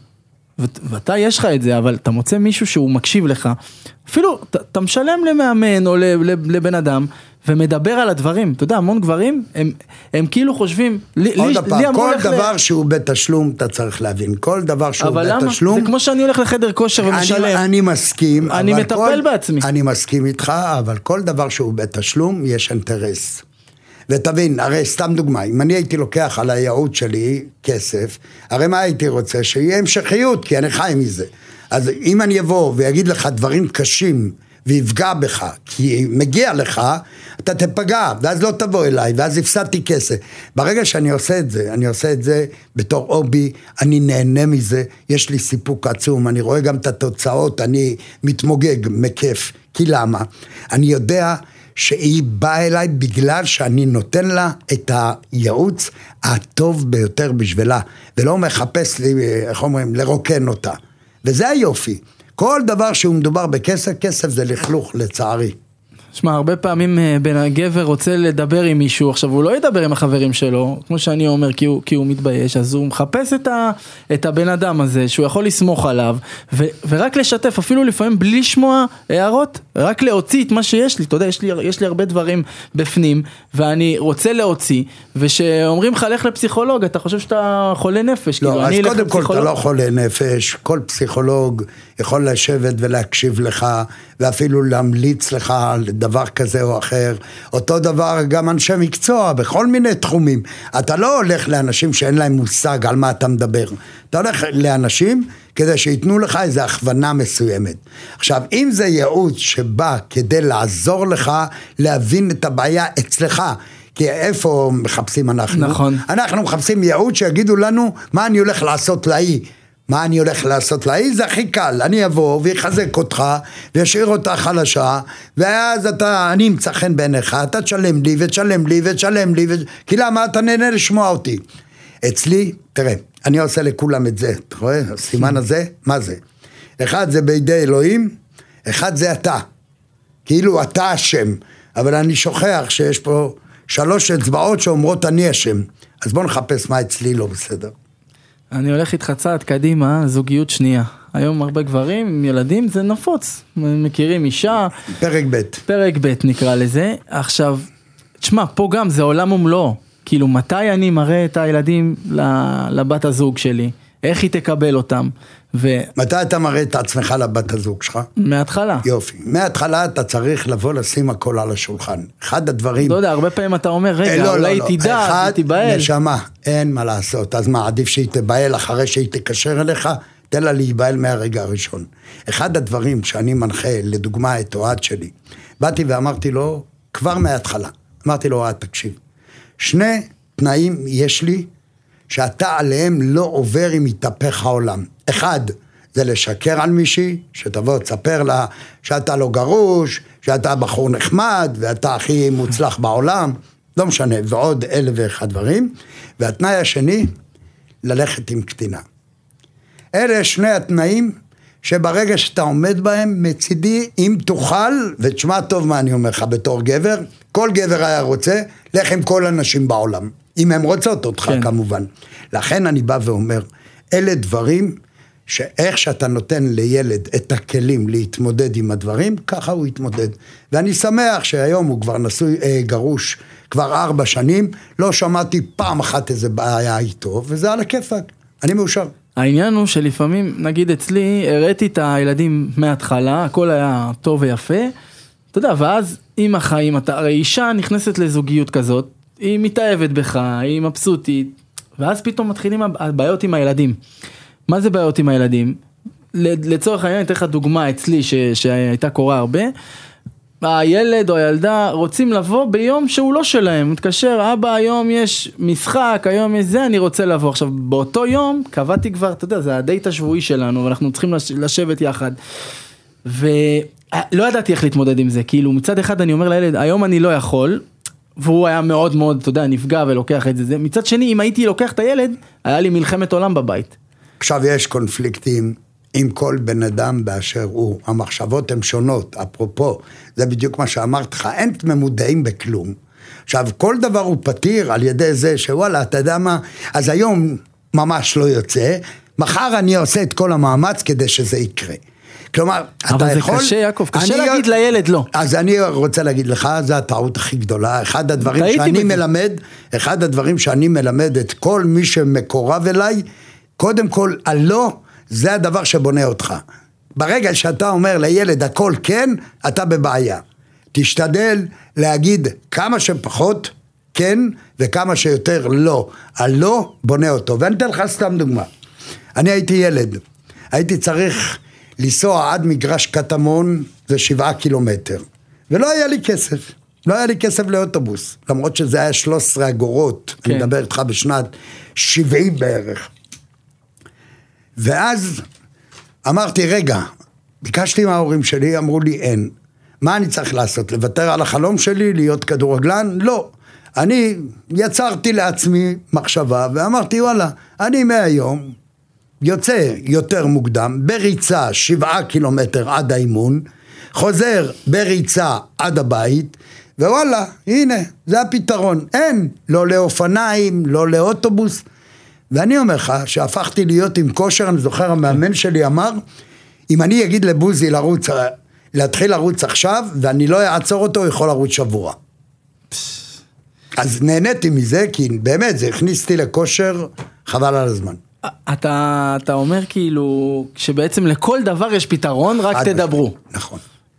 ואתה יש לך את זה, אבל אתה מוצא מישהו שהוא מקשיב לך, אפילו אתה משלם למאמן או לבן אדם, ומדבר על הדברים, אתה יודע, המון גברים, הם כאילו חושבים,
עוד הפעם, כל דבר שהוא בתשלום, אתה צריך להבין, כל דבר שהוא בתשלום. אבל למה?
זה כמו שאני הולך לחדר כושר ומשלם.
אני מסכים.
אני מטפל בעצמי.
אני מסכים איתך, אבל כל דבר שהוא בתשלום, יש אינטרס. ותבין, הרי סתם דוגמה, אם אני הייתי לוקח על הייעוד שלי כסף, הרי מה הייתי רוצה? שיהיה המשכיות, כי אני חי מזה. אז אם אני אבוא ויגיד לך דברים קשים, ויפגע בך, כי מגיע לך, אתה תפגע, ואז לא תבוא אליי, ואז הפסדתי כסף. ברגע שאני עושה את זה, אני עושה את זה בתור אובי, אני נהנה מזה, יש לי סיפוק עצום, אני רואה גם את התוצאות, אני מתמוגג, מכיף. כי למה? אני יודע שהיא באה אליי בגלל שאני נותן לה את הייעוץ הטוב ביותר בשבילה, ולא מחפש לי, איך אומרים, לרוקן אותה. וזה היופי. כל דבר שהוא מדובר בכסף, כסף זה לכלוך לצערי.
שמע, הרבה פעמים בן הגבר רוצה לדבר עם מישהו, עכשיו הוא לא ידבר עם החברים שלו, כמו שאני אומר, כי הוא מתבייש, אז הוא מחפש את הבן אדם הזה, שהוא יכול לסמוך עליו, ורק לשתף, אפילו לפעמים בלי לשמוע הערות, רק להוציא את מה שיש לי, אתה יודע, יש לי הרבה דברים בפנים, ואני רוצה להוציא, ושאומרים לך, לך לפסיכולוג, אתה חושב שאתה חולה נפש,
לא, אז קודם כל אתה לא חולה נפש, כל פסיכולוג יכול לשבת ולהקשיב לך, ואפילו להמליץ לך על דבר כזה או אחר. אותו דבר גם אנשי מקצוע, בכל מיני תחומים. אתה לא הולך לאנשים שאין להם מושג על מה אתה מדבר. אתה הולך לאנשים כדי שיתנו לך איזו הכוונה מסוימת. עכשיו, אם זה ייעוץ שבא כדי לעזור לך להבין את הבעיה אצלך, כי איפה מחפשים אנחנו?
נכון.
אנחנו מחפשים ייעוץ שיגידו לנו מה אני הולך לעשות לאי. מה אני הולך לעשות לה? זה הכי קל, אני אבוא ויחזק אותך וישאיר אותך חלשה, ואז אני אמצא חן בעיניך, אתה תשלם לי ותשלם לי ותשלם לי, כי למה אתה נהנה לשמוע אותי? אצלי, תראה, אני עושה לכולם את זה, אתה רואה? הסימן הזה, מה זה? אחד זה בידי אלוהים, אחד זה אתה, כאילו אתה השם, אבל אני שוכח שיש פה 3 אצבעות שאומרות אני השם, אז בוא נחפש מה אצלי לא בסדר.
אני הולך איתך צעד קדימה, זוגיות שנייה. היום הרבה גברים עם ילדים זה נפוץ. מכירים אישה. פרק ב' נקרא לזה. עכשיו, תשמע, פה גם זה עולם ומלואו. כאילו, מתי אני מראה את הילדים לבת הזוג שלי? איך היא תקבל אותם?
מתי אתה מראה את עצמך לבת הזוג שלך?
מההתחלה.
יופי. מההתחלה אתה צריך לבוא לשים הכל על השולחן. אחד הדברים...
לא יודע, הרבה פעמים אתה אומר, רגע, אולי היא תדע, היא תיבהל.
נשמה, אין מה לעשות. אז מה, עדיף שהיא תיבהל אחרי שהיא תקשר אליך? תן לה להיבהל מהרגע הראשון. אחד הדברים שאני מנחה, לדוגמה את אוהד שלי, באתי ואמרתי לו, כבר מההתחלה, אמרתי לו, אוהד, תקשיב. 2 תנאים יש לי, שאתה עליהם לא עובר אם יתהפך העולם. 1, זה לשקר על מישהי, שתבוא תספר לה שאתה לא גרוש, שאתה בחור נחמד, ואתה הכי מוצלח בעולם, לא משנה, ועוד 1,001 דברים. והתנאי השני, ללכת עם קטינה. אלה 2 התנאים שברגע שאתה עומד בהם, מצידי, אם תוכל, ותשמע טוב מה אני אומר לך בתור גבר, כל גבר היה רוצה, לך עם כל אנשים בעולם. אם הם רוצות אותך, כן. כמובן. לכן אני בא ואומר, אלה דברים שאיך שאתה נותן לילד את הכלים להתמודד עם הדברים, ככה הוא יתמודד. ואני שמח שהיום הוא כבר נשוי גרוש כבר 4 שנים, לא שמעתי פעם אחת איזה בעיה איתו, וזה על הכיפק, אני מאושר.
העניין הוא שלפעמים, נגיד אצלי, הראיתי את הילדים מההתחלה, הכל היה טוב ויפה, אתה יודע, ואז עם החיים, הרי אישה נכנסת לזוגיות כזאת, היא מתאהבת בך, היא מבסוטית, ואז פתאום מתחילים הבעיות עם הילדים. מה זה בעיות עם הילדים? לצורך העניין, אתן לך דוגמה אצלי שהייתה קורה הרבה, הילד או הילדה רוצים לבוא ביום שהוא לא שלהם, מתקשר, אבא היום יש משחק, היום יש זה, אני רוצה לבוא. עכשיו באותו יום קבעתי כבר, אתה יודע, זה הדייט השבועי שלנו, ואנחנו צריכים לשבת יחד, ולא ידעתי איך להתמודד עם זה, כאילו מצד אחד אני אומר לילד, היום אני לא יכול, והוא היה מאוד מאוד, אתה יודע, נפגע ולוקח את זה, מצד שני אם הייתי לוקח את הילד, היה לי מלחמת עולם בבית.
עכשיו יש קונפליקטים, עם כל בן אדם באשר הוא, המחשבות הן שונות, אפרופו, זה בדיוק מה שאמרת לך, אין ממודעים בכלום. עכשיו, כל דבר הוא פתיר על ידי זה שוואלה, אתה יודע מה, אז היום ממש לא יוצא, מחר אני עושה את כל המאמץ כדי שזה יקרה. כלומר, אתה יכול...
אבל זה קשה, יעקב, קשה להגיד לילד לא.
אז אני רוצה להגיד לך, זו הטעות הכי גדולה, אחד הדברים שאני מלמד את כל מי שמקורב אליי, קודם כל, הלא, זה הדבר שבונה אותך. ברגע שאתה אומר לילד הכל כן, אתה בבעיה. תשתדל להגיד כמה שפחות כן, וכמה שיותר לא. הלא בונה אותו. ואני אתן לך סתם דוגמה. אני הייתי ילד, הייתי צריך לנסוע עד מגרש קטמון, זה 7 קילומטר. ולא היה לי כסף. לא היה לי כסף לאוטובוס. למרות שזה היה 13 אגורות. כן. אני מדבר איתך בשנת 70 בערך. ואז אמרתי, רגע, ביקשתי מההורים שלי, אמרו לי, אין. מה אני צריך לעשות? לוותר על החלום שלי, להיות כדורגלן? לא. אני יצרתי לעצמי מחשבה, ואמרתי, וואלה, אני מהיום יוצא יותר מוקדם, בריצה 7 קילומטר עד האימון, חוזר בריצה עד הבית, ווואלה, הנה, זה הפתרון. אין, לא לאופניים, לא לאוטובוס, ואני אומר לך שהפכתי להיות עם כושר, אני זוכר המאמן שלי אמר, אם אני אגיד לבוזי להתחיל לרוץ עכשיו, ואני לא אעצור אותו, הוא יכול לרוץ שבוע. אז נהניתי מזה, כי באמת זה הכניסתי לכושר, חבל על הזמן.
אתה אומר כאילו, שבעצם לכל דבר יש פתרון, רק תדברו.
נכון.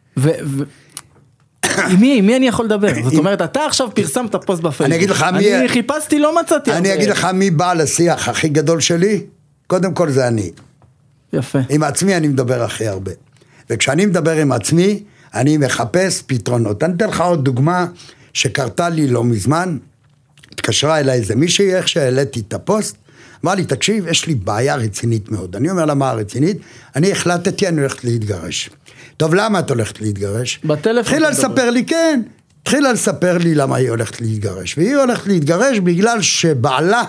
עם מי אני יכול לדבר? זאת אומרת, אתה עכשיו פרסמת פוסט בפייסבוק.
אני אגיד לך
אני חיפשתי, לא מצאתי.
אני אגיד לך מי בא לשיח הכי גדול שלי, קודם כל זה אני.
יפה.
עם עצמי אני מדבר הכי הרבה. וכשאני מדבר עם עצמי, אני מחפש פתרונות. אני אתן לך עוד דוגמה שקרתה לי לא מזמן, התקשרה אליי איזה מישהי, איך שהעליתי את הפוסט, אמר לי, תקשיב, יש לי בעיה רצינית מאוד. אני אומר לה, מה הרצינית? אני החלטתי, אני הולכת להתגרש. טוב, למה את הולכת להתגרש?
בטלפון.
התחילה לספר לי, כן. התחילה לספר לי למה היא הולכת להתגרש. והיא הולכת להתגרש בגלל שבעלה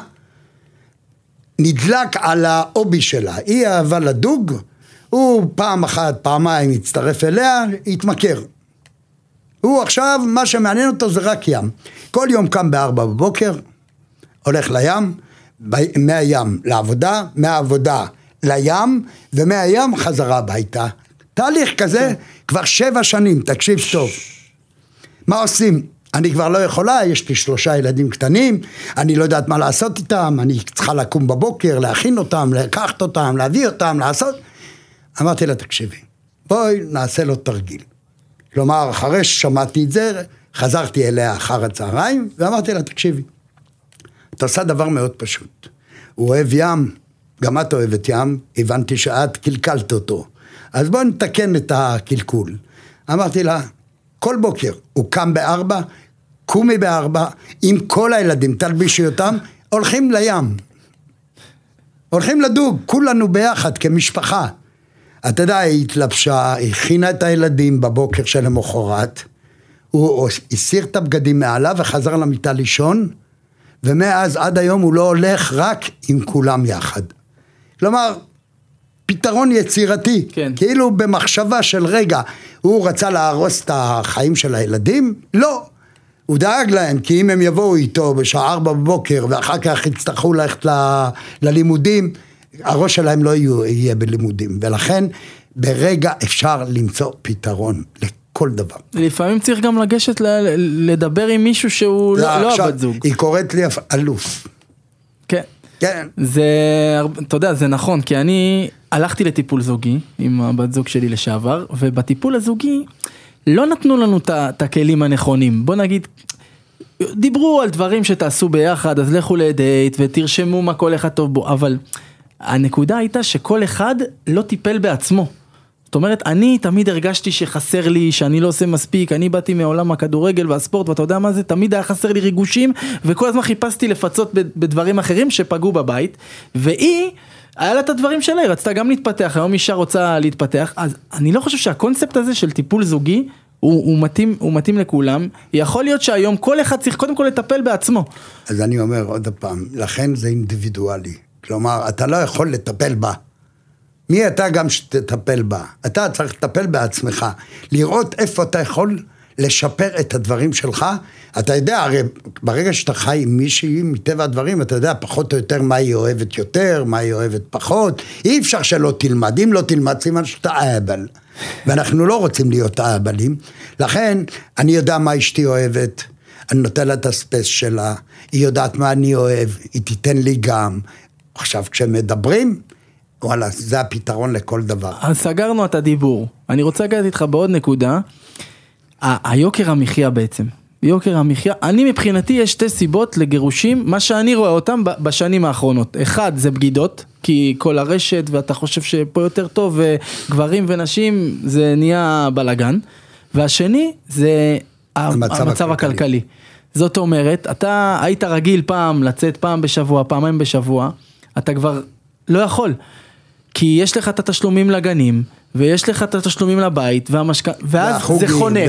נדלק על האובי שלה. היא אהבה לדוג, הוא פעם אחת, פעמיים הצטרף אליה, התמכר. הוא עכשיו, מה שמעניין אותו זה רק ים. כל יום קם ב4 בבוקר, הולך לים, מהים לעבודה, מהעבודה לים, ומהים חזרה הביתה. תהליך כזה, כבר 7 שנים, תקשיב טוב. מה עושים? אני כבר לא יכולה, יש לי 3 ילדים קטנים, אני לא יודעת מה לעשות איתם, אני צריכה לקום בבוקר, להכין אותם, לקחת אותם, להביא אותם, לעשות. אמרתי לה, תקשיבי, בואי נעשה לו תרגיל. כלומר, אחרי ששמעתי את זה, חזרתי אליה אחר הצהריים, ואמרתי לה, תקשיבי, אתה עושה דבר מאוד פשוט. הוא אוהב ים, גם את אוהבת ים, הבנתי שאת קלקלת אותו. אז בואי נתקן את הקלקול. אמרתי לה, כל בוקר הוא קם ב4, קומי ב4, עם כל הילדים, תלבישי אותם, הולכים לים. הולכים לדוג, כולנו ביחד כמשפחה. אתה יודע, היא התלבשה, הכינה את הילדים בבוקר של המחרת, הוא הסיר את הבגדים מעליו וחזר למיטה לישון, ומאז עד היום הוא לא הולך רק עם כולם יחד. כלומר, פתרון יצירתי, כן. כאילו במחשבה של רגע, הוא רצה להרוס את החיים של הילדים? לא. הוא דאג להם, כי אם הם יבואו איתו בשעה 4 בבוקר, ואחר כך יצטרכו ללכת ללימודים, הראש שלהם לא יהיה בלימודים, ולכן ברגע אפשר למצוא פתרון כל דבר.
לפעמים צריך גם לגשת לדבר עם מישהו שהוא לא הבת זוג.
היא קוראת לי אלוף.
כן.
כן.
אתה יודע, זה נכון, כי אני הלכתי לטיפול זוגי עם הבת זוג שלי לשעבר, ובטיפול הזוגי לא נתנו לנו את הכלים הנכונים. בוא נגיד, דיברו על דברים שתעשו ביחד, אז לכו לדייט ותרשמו מה כל אחד טוב בו, אבל הנקודה הייתה שכל אחד לא טיפל בעצמו. זאת אומרת, אני תמיד הרגשתי שחסר לי, שאני לא עושה מספיק, אני באתי מעולם הכדורגל והספורט, ואתה יודע מה זה, תמיד היה חסר לי ריגושים, וכל הזמן חיפשתי לפצות בדברים אחרים שפגעו בבית, והיא, היה לה את הדברים שלה, היא רצתה גם להתפתח, היום אישה רוצה להתפתח, אז אני לא חושב שהקונספט הזה של טיפול זוגי, הוא מתאים לכולם, יכול להיות שהיום כל אחד צריך קודם כל לטפל בעצמו.
אז אני אומר עוד פעם, לכן זה אינדיבידואלי, כלומר, אתה לא יכול לטפל בה, מי אתה גם שתטפל בה? אתה צריך לטפל בעצמך, לראות איפה אתה יכול לשפר את הדברים שלך. אתה יודע, הרי ברגע שאתה חי עם מישהי, מטבע הדברים, אתה יודע פחות או יותר מה היא אוהבת יותר, מה היא אוהבת פחות. אי אפשר שלא תלמד, אם לא תלמד, סימן שאתה אהבל. ואנחנו לא רוצים להיות אהבלים. לכן, אני יודע מה אשתי אוהבת, אני נותן לה את הספייס שלה, היא יודעת מה אני אוהב, היא תיתן לי גם. עכשיו, כשמדברים, וואלה, זה הפתרון לכל דבר.
אז סגרנו את הדיבור. אני רוצה לגעת איתך בעוד נקודה. היוקר המחיה בעצם. יוקר המחיה. אני מבחינתי יש שתי סיבות לגירושים, מה שאני רואה אותם בשנים האחרונות. אחד זה בגידות, כי כל הרשת ואתה חושב שפה יותר טוב, וגברים ונשים זה נהיה בלגן. והשני זה המצב הכלכלי. זאת אומרת, אתה היית רגיל פעם לצאת פעם בשבוע, פעמיים בשבוע, אתה כבר לא יכול. כי יש לך את התשלומים לגנים, ויש לך את התשלומים לבית, ואז זה חונק.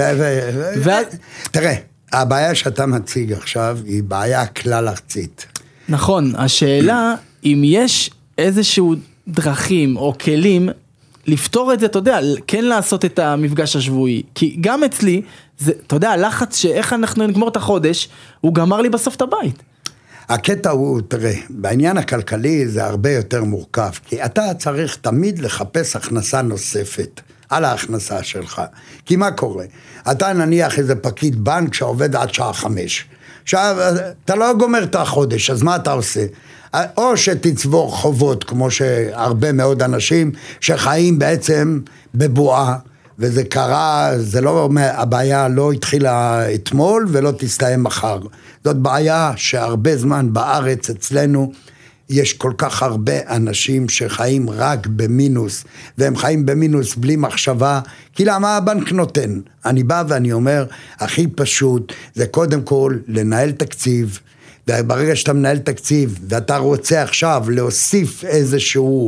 תראה, הבעיה שאתה מציג עכשיו, היא בעיה כלל ארצית.
נכון, השאלה, אם יש איזשהו דרכים או כלים, לפתור את זה, אתה יודע, כן לעשות את המפגש השבועי, כי גם אצלי, זה, אתה יודע, הלחץ שאיך אנחנו נגמור את החודש, הוא גמר לי בסוף את הבית.
הקטע הוא, תראה, בעניין הכלכלי זה הרבה יותר מורכב, כי אתה צריך תמיד לחפש הכנסה נוספת על ההכנסה שלך. כי מה קורה? אתה נניח איזה פקיד בנק שעובד עד שעה 5. עכשיו, אתה לא גומר את החודש, אז מה אתה עושה? או שתצבור חובות, כמו שהרבה מאוד אנשים שחיים בעצם בבועה, וזה קרה, זה לא, הבעיה לא התחילה אתמול ולא תסתיים מחר. זאת בעיה שהרבה זמן בארץ אצלנו יש כל כך הרבה אנשים שחיים רק במינוס, והם חיים במינוס בלי מחשבה, כי למה הבנק נותן? אני בא ואני אומר, הכי פשוט זה קודם כל לנהל תקציב, וברגע שאתה מנהל תקציב, ואתה רוצה עכשיו להוסיף איזשהו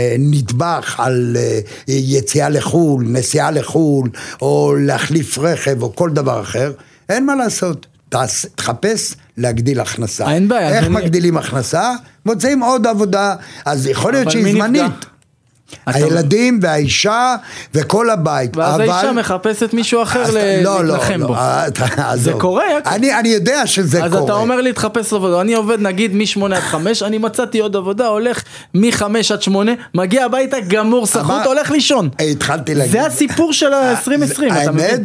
נדבח על יציאה לחול, נסיעה לחול, או להחליף רכב, או כל דבר אחר, אין מה לעשות. תחפש להגדיל הכנסה.
אין בעיה.
איך מגדילים הכנסה? מוצאים עוד עבודה, אז יכול להיות שהיא זמנית. הילדים והאישה וכל הבית.
ואז האישה מחפשת מישהו אחר להתנחם בו. זה קורה, יעקב.
אני יודע שזה קורה.
אז אתה אומר לי, תחפש עבודה. אני עובד נגיד מ-8 עד 5, אני מצאתי עוד עבודה, הולך מ-5 עד 8, מגיע הביתה, גמור סחוט, הולך לישון.
התחלתי להגיד.
זה הסיפור של ה-2020.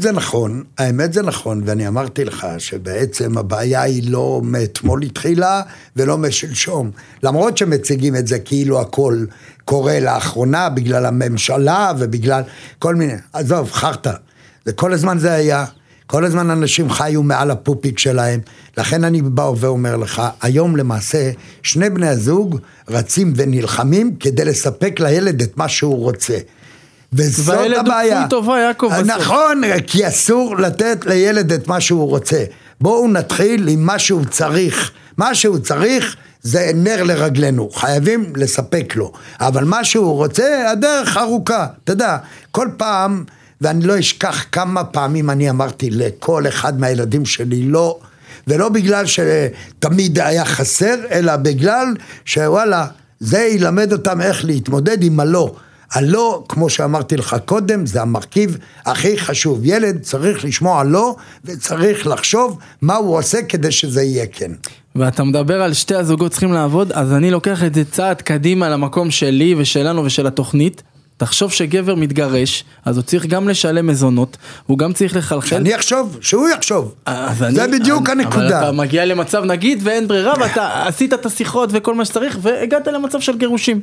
האמת זה נכון, ואני אמרתי לך שבעצם הבעיה היא לא מאתמול התחילה, ולא משלשום. למרות שמציגים את זה כאילו הכל קורה לאחרונה, בגלל הממשלה ובגלל כל מיני, עזוב, חרטה, וכל הזמן זה היה, כל הזמן אנשים חיו מעל הפופיק שלהם, לכן אני בא ואומר לך, היום למעשה, שני בני הזוג רצים ונלחמים כדי לספק לילד את מה שהוא רוצה. וזאת הבעיה.
והילד הוא כפוי טובה, יעקב.
נכון, כי אסור לתת לילד את מה שהוא רוצה. בואו נתחיל עם מה שהוא צריך. מה שהוא צריך זה נר לרגלנו, חייבים לספק לו. אבל מה שהוא רוצה, הדרך ארוכה. אתה יודע, כל פעם, ואני לא אשכח כמה פעמים אני אמרתי לכל אחד מהילדים שלי לא, ולא בגלל שתמיד היה חסר, אלא בגלל שוואלה, זה ילמד אותם איך להתמודד עם הלא. הלא, כמו שאמרתי לך קודם, זה המרכיב הכי חשוב. ילד צריך לשמוע לא, וצריך לחשוב מה הוא עושה כדי שזה יהיה כן.
ואתה מדבר על שתי הזוגות צריכים לעבוד, אז אני לוקח את זה צעד קדימה למקום שלי ושלנו ושל התוכנית. תחשוב שגבר מתגרש, אז הוא צריך גם לשלם מזונות, הוא גם צריך לחלחל.
שאני אחשוב, שהוא יחשוב. זה בדיוק הנקודה.
אבל אתה מגיע למצב נגיד ואין ברירה, ואתה עשית את השיחות וכל מה שצריך, והגעת למצב של גירושים.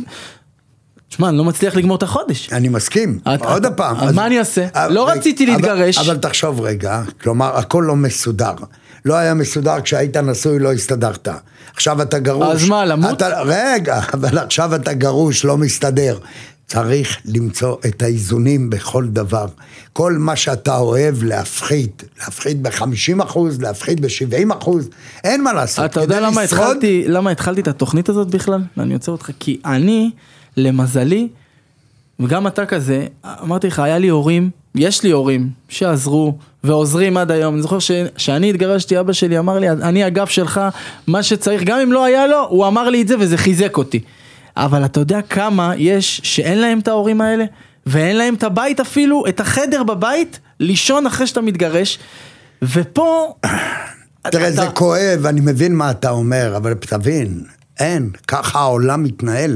תשמע, אני לא מצליח לגמור את החודש.
אני מסכים, עוד הפעם.
אז מה אני אעשה? לא רציתי להתגרש.
אבל תחשוב רגע, כלומר, הכל לא מסודר. לא היה מסודר כשהיית נשוי, לא הסתדרת. עכשיו אתה גרוש.
אז מה, למות?
רגע, אבל עכשיו אתה גרוש, לא מסתדר. צריך למצוא את האיזונים בכל דבר. כל מה שאתה אוהב להפחית ב-50%, להפחית ב-70%, אין מה לעשות.
אתה יודע למה התחלתי את התוכנית הזאת בכלל? אני יוצא אותך, כי אני, למזלי, וגם אתה כזה, אמרתי לך, היה לי הורים, יש לי הורים שעזרו ועוזרים עד היום. אני זוכר שאני התגרשתי, אבא שלי אמר לי, אני הגב שלך, מה שצריך, גם אם לא היה לו, הוא אמר לי את זה וזה חיזק אותי. אבל אתה יודע כמה יש שאין להם את ההורים האלה, ואין להם את הבית אפילו, את החדר בבית, לישון אחרי שאתה מתגרש, ופה...
תראה, זה כואב, אני מבין מה אתה אומר, אבל תבין, אין, ככה העולם מתנהל.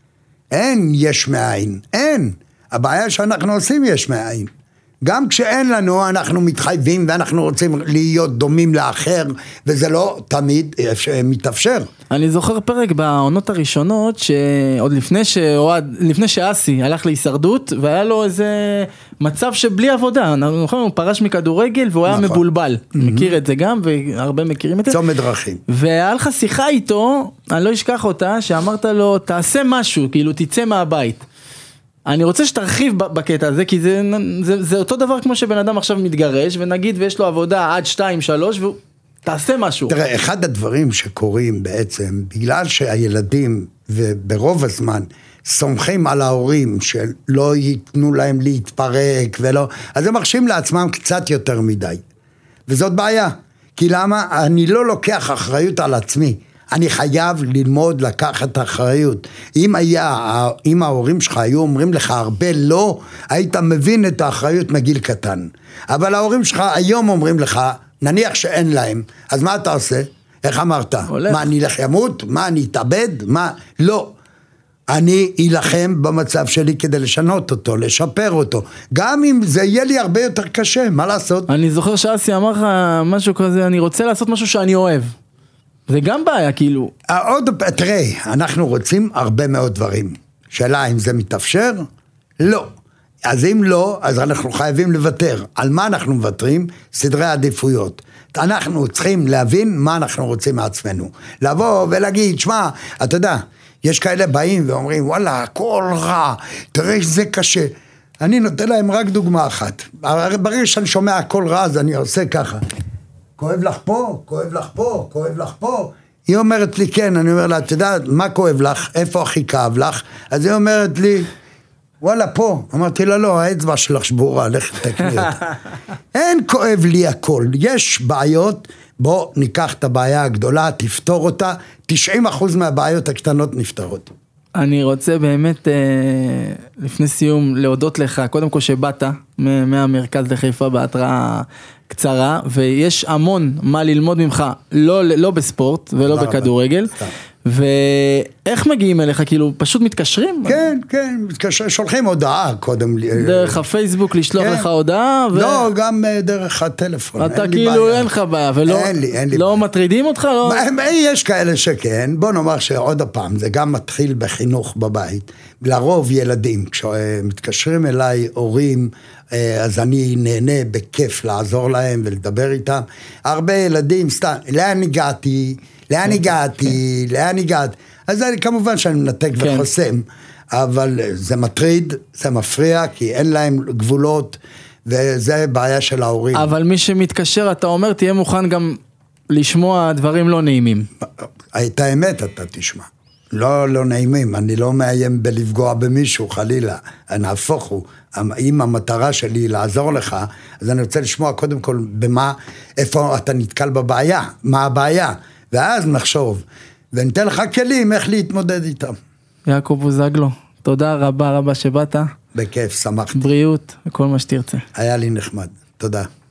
אין יש מאין, אין. הבעיה שאנחנו עושים יש מאין. גם כשאין לנו, אנחנו מתחייבים ואנחנו רוצים להיות דומים לאחר, וזה לא תמיד מתאפשר.
אני זוכר פרק בעונות הראשונות, שעוד לפני שאסי הלך להישרדות, והיה לו איזה מצב שבלי עבודה, הוא פרש מכדורגל והוא היה מבולבל. מכיר את זה גם, והרבה מכירים את זה.
צומת דרכים.
והיה לך שיחה איתו, אני לא אשכח אותה, שאמרת לו, תעשה משהו, כאילו תצא מהבית. אני רוצה שתרחיב בקטע הזה, כי זה אותו דבר כמו שבן אדם עכשיו מתגרש, ונגיד ויש לו עבודה עד 2-3, והוא תעשה משהו.
תראה, אחד הדברים שקורים בעצם, בגלל שהילדים, וברוב הזמן, סומכים על ההורים, שלא ייתנו להם להתפרק, אז הם מרשים לעצמם קצת יותר מדי. וזאת בעיה. כי למה? אני לא לוקח אחריות על עצמי. אני חייב ללמוד לקחת אחריות. אם ההורים שלך היו אומרים לך הרבה לא, היית מבין את האחריות מגיל קטן. אבל ההורים שלך היום אומרים לך, נניח שאין להם, אז מה אתה עושה? איך אמרת? מה, אני אלך ימות? מה, אני אתאבד? מה? לא. אני אלחם במצב שלי כדי לשנות אותו, לשפר אותו. גם אם זה יהיה לי הרבה יותר קשה, מה לעשות?
אני זוכר שאסי אמר לך משהו כזה, אני רוצה לעשות משהו שאני אוהב. זה גם בעיה, כאילו.
תראה, אנחנו רוצים הרבה מאוד דברים. שאלה אם זה מתאפשר? לא. אז אם לא, אז אנחנו חייבים לוותר. על מה אנחנו מוותרים? סדרי עדיפויות. אנחנו צריכים להבין מה אנחנו רוצים מעצמנו. לבוא ולהגיד, שמה, אתה יודע, יש כאלה באים ואומרים, וואלה, הכל רע, תראה שזה קשה. אני נותן להם רק דוגמה אחת. ברגע שאני שומע הכל רע, אז אני עושה ככה. כואב לך פה, כואב לך פה, כואב לך פה. היא אומרת לי כן, אני אומר לה, אתה יודע, מה כואב לך? איפה הכי כאב לך? אז היא אומרת לי, וואלה פה. אמרתי לה, לא, האצבע שלך שבורה, לך תקני אותה. אין כואב לי הכל, יש בעיות, בוא ניקח את הבעיה הגדולה, תפתור אותה, 90% מהבעיות הקטנות נפתרות.
אני רוצה באמת, לפני סיום, להודות לך, קודם כל שבאת מהמרכז לחיפה בהתראה קצרה, ויש המון מה ללמוד ממך, לא בספורט ולא בכדורגל, ואיך מגיעים אליך? כאילו, פשוט מתקשרים?
כן, כן, שולחים הודעה קודם.
דרך הפייסבוק לשלוח לך הודעה?
לא, גם דרך הטלפון.
אתה כאילו אין לך בעיה, ולא מטרידים אותך?
יש כאלה שכן, בוא נאמר שעוד הפעם, זה גם מתחיל בחינוך בבית, לרוב ילדים, כשמתקשרים אליי הורים, אז אני נהנה בכיף לעזור להם ולדבר איתם, הרבה ילדים, סתם, לאן הגעתי, אז כמובן שאני מנתק וחוסם, אבל זה מטריד, זה מפריע, כי אין להם גבולות, וזה בעיה של ההורים.
אבל מי שמתקשר, אתה אומר, תהיה מוכן גם לשמוע דברים לא נעימים.
את האמת אתה תשמע. לא נעימים, אני לא מאיים בלפגוע במישהו, חלילה, נהפוך הוא. אם המטרה שלי היא לעזור לך, אז אני רוצה לשמוע קודם כל איפה אתה נתקל בבעיה, מה הבעיה, ואז נחשוב, וניתן לך כלים איך להתמודד איתם.
יעקב בוזגלו, תודה רבה שבאת.
בכיף, שמחתי.
בריאות, וכל מה שתרצה.
היה לי נחמד, תודה.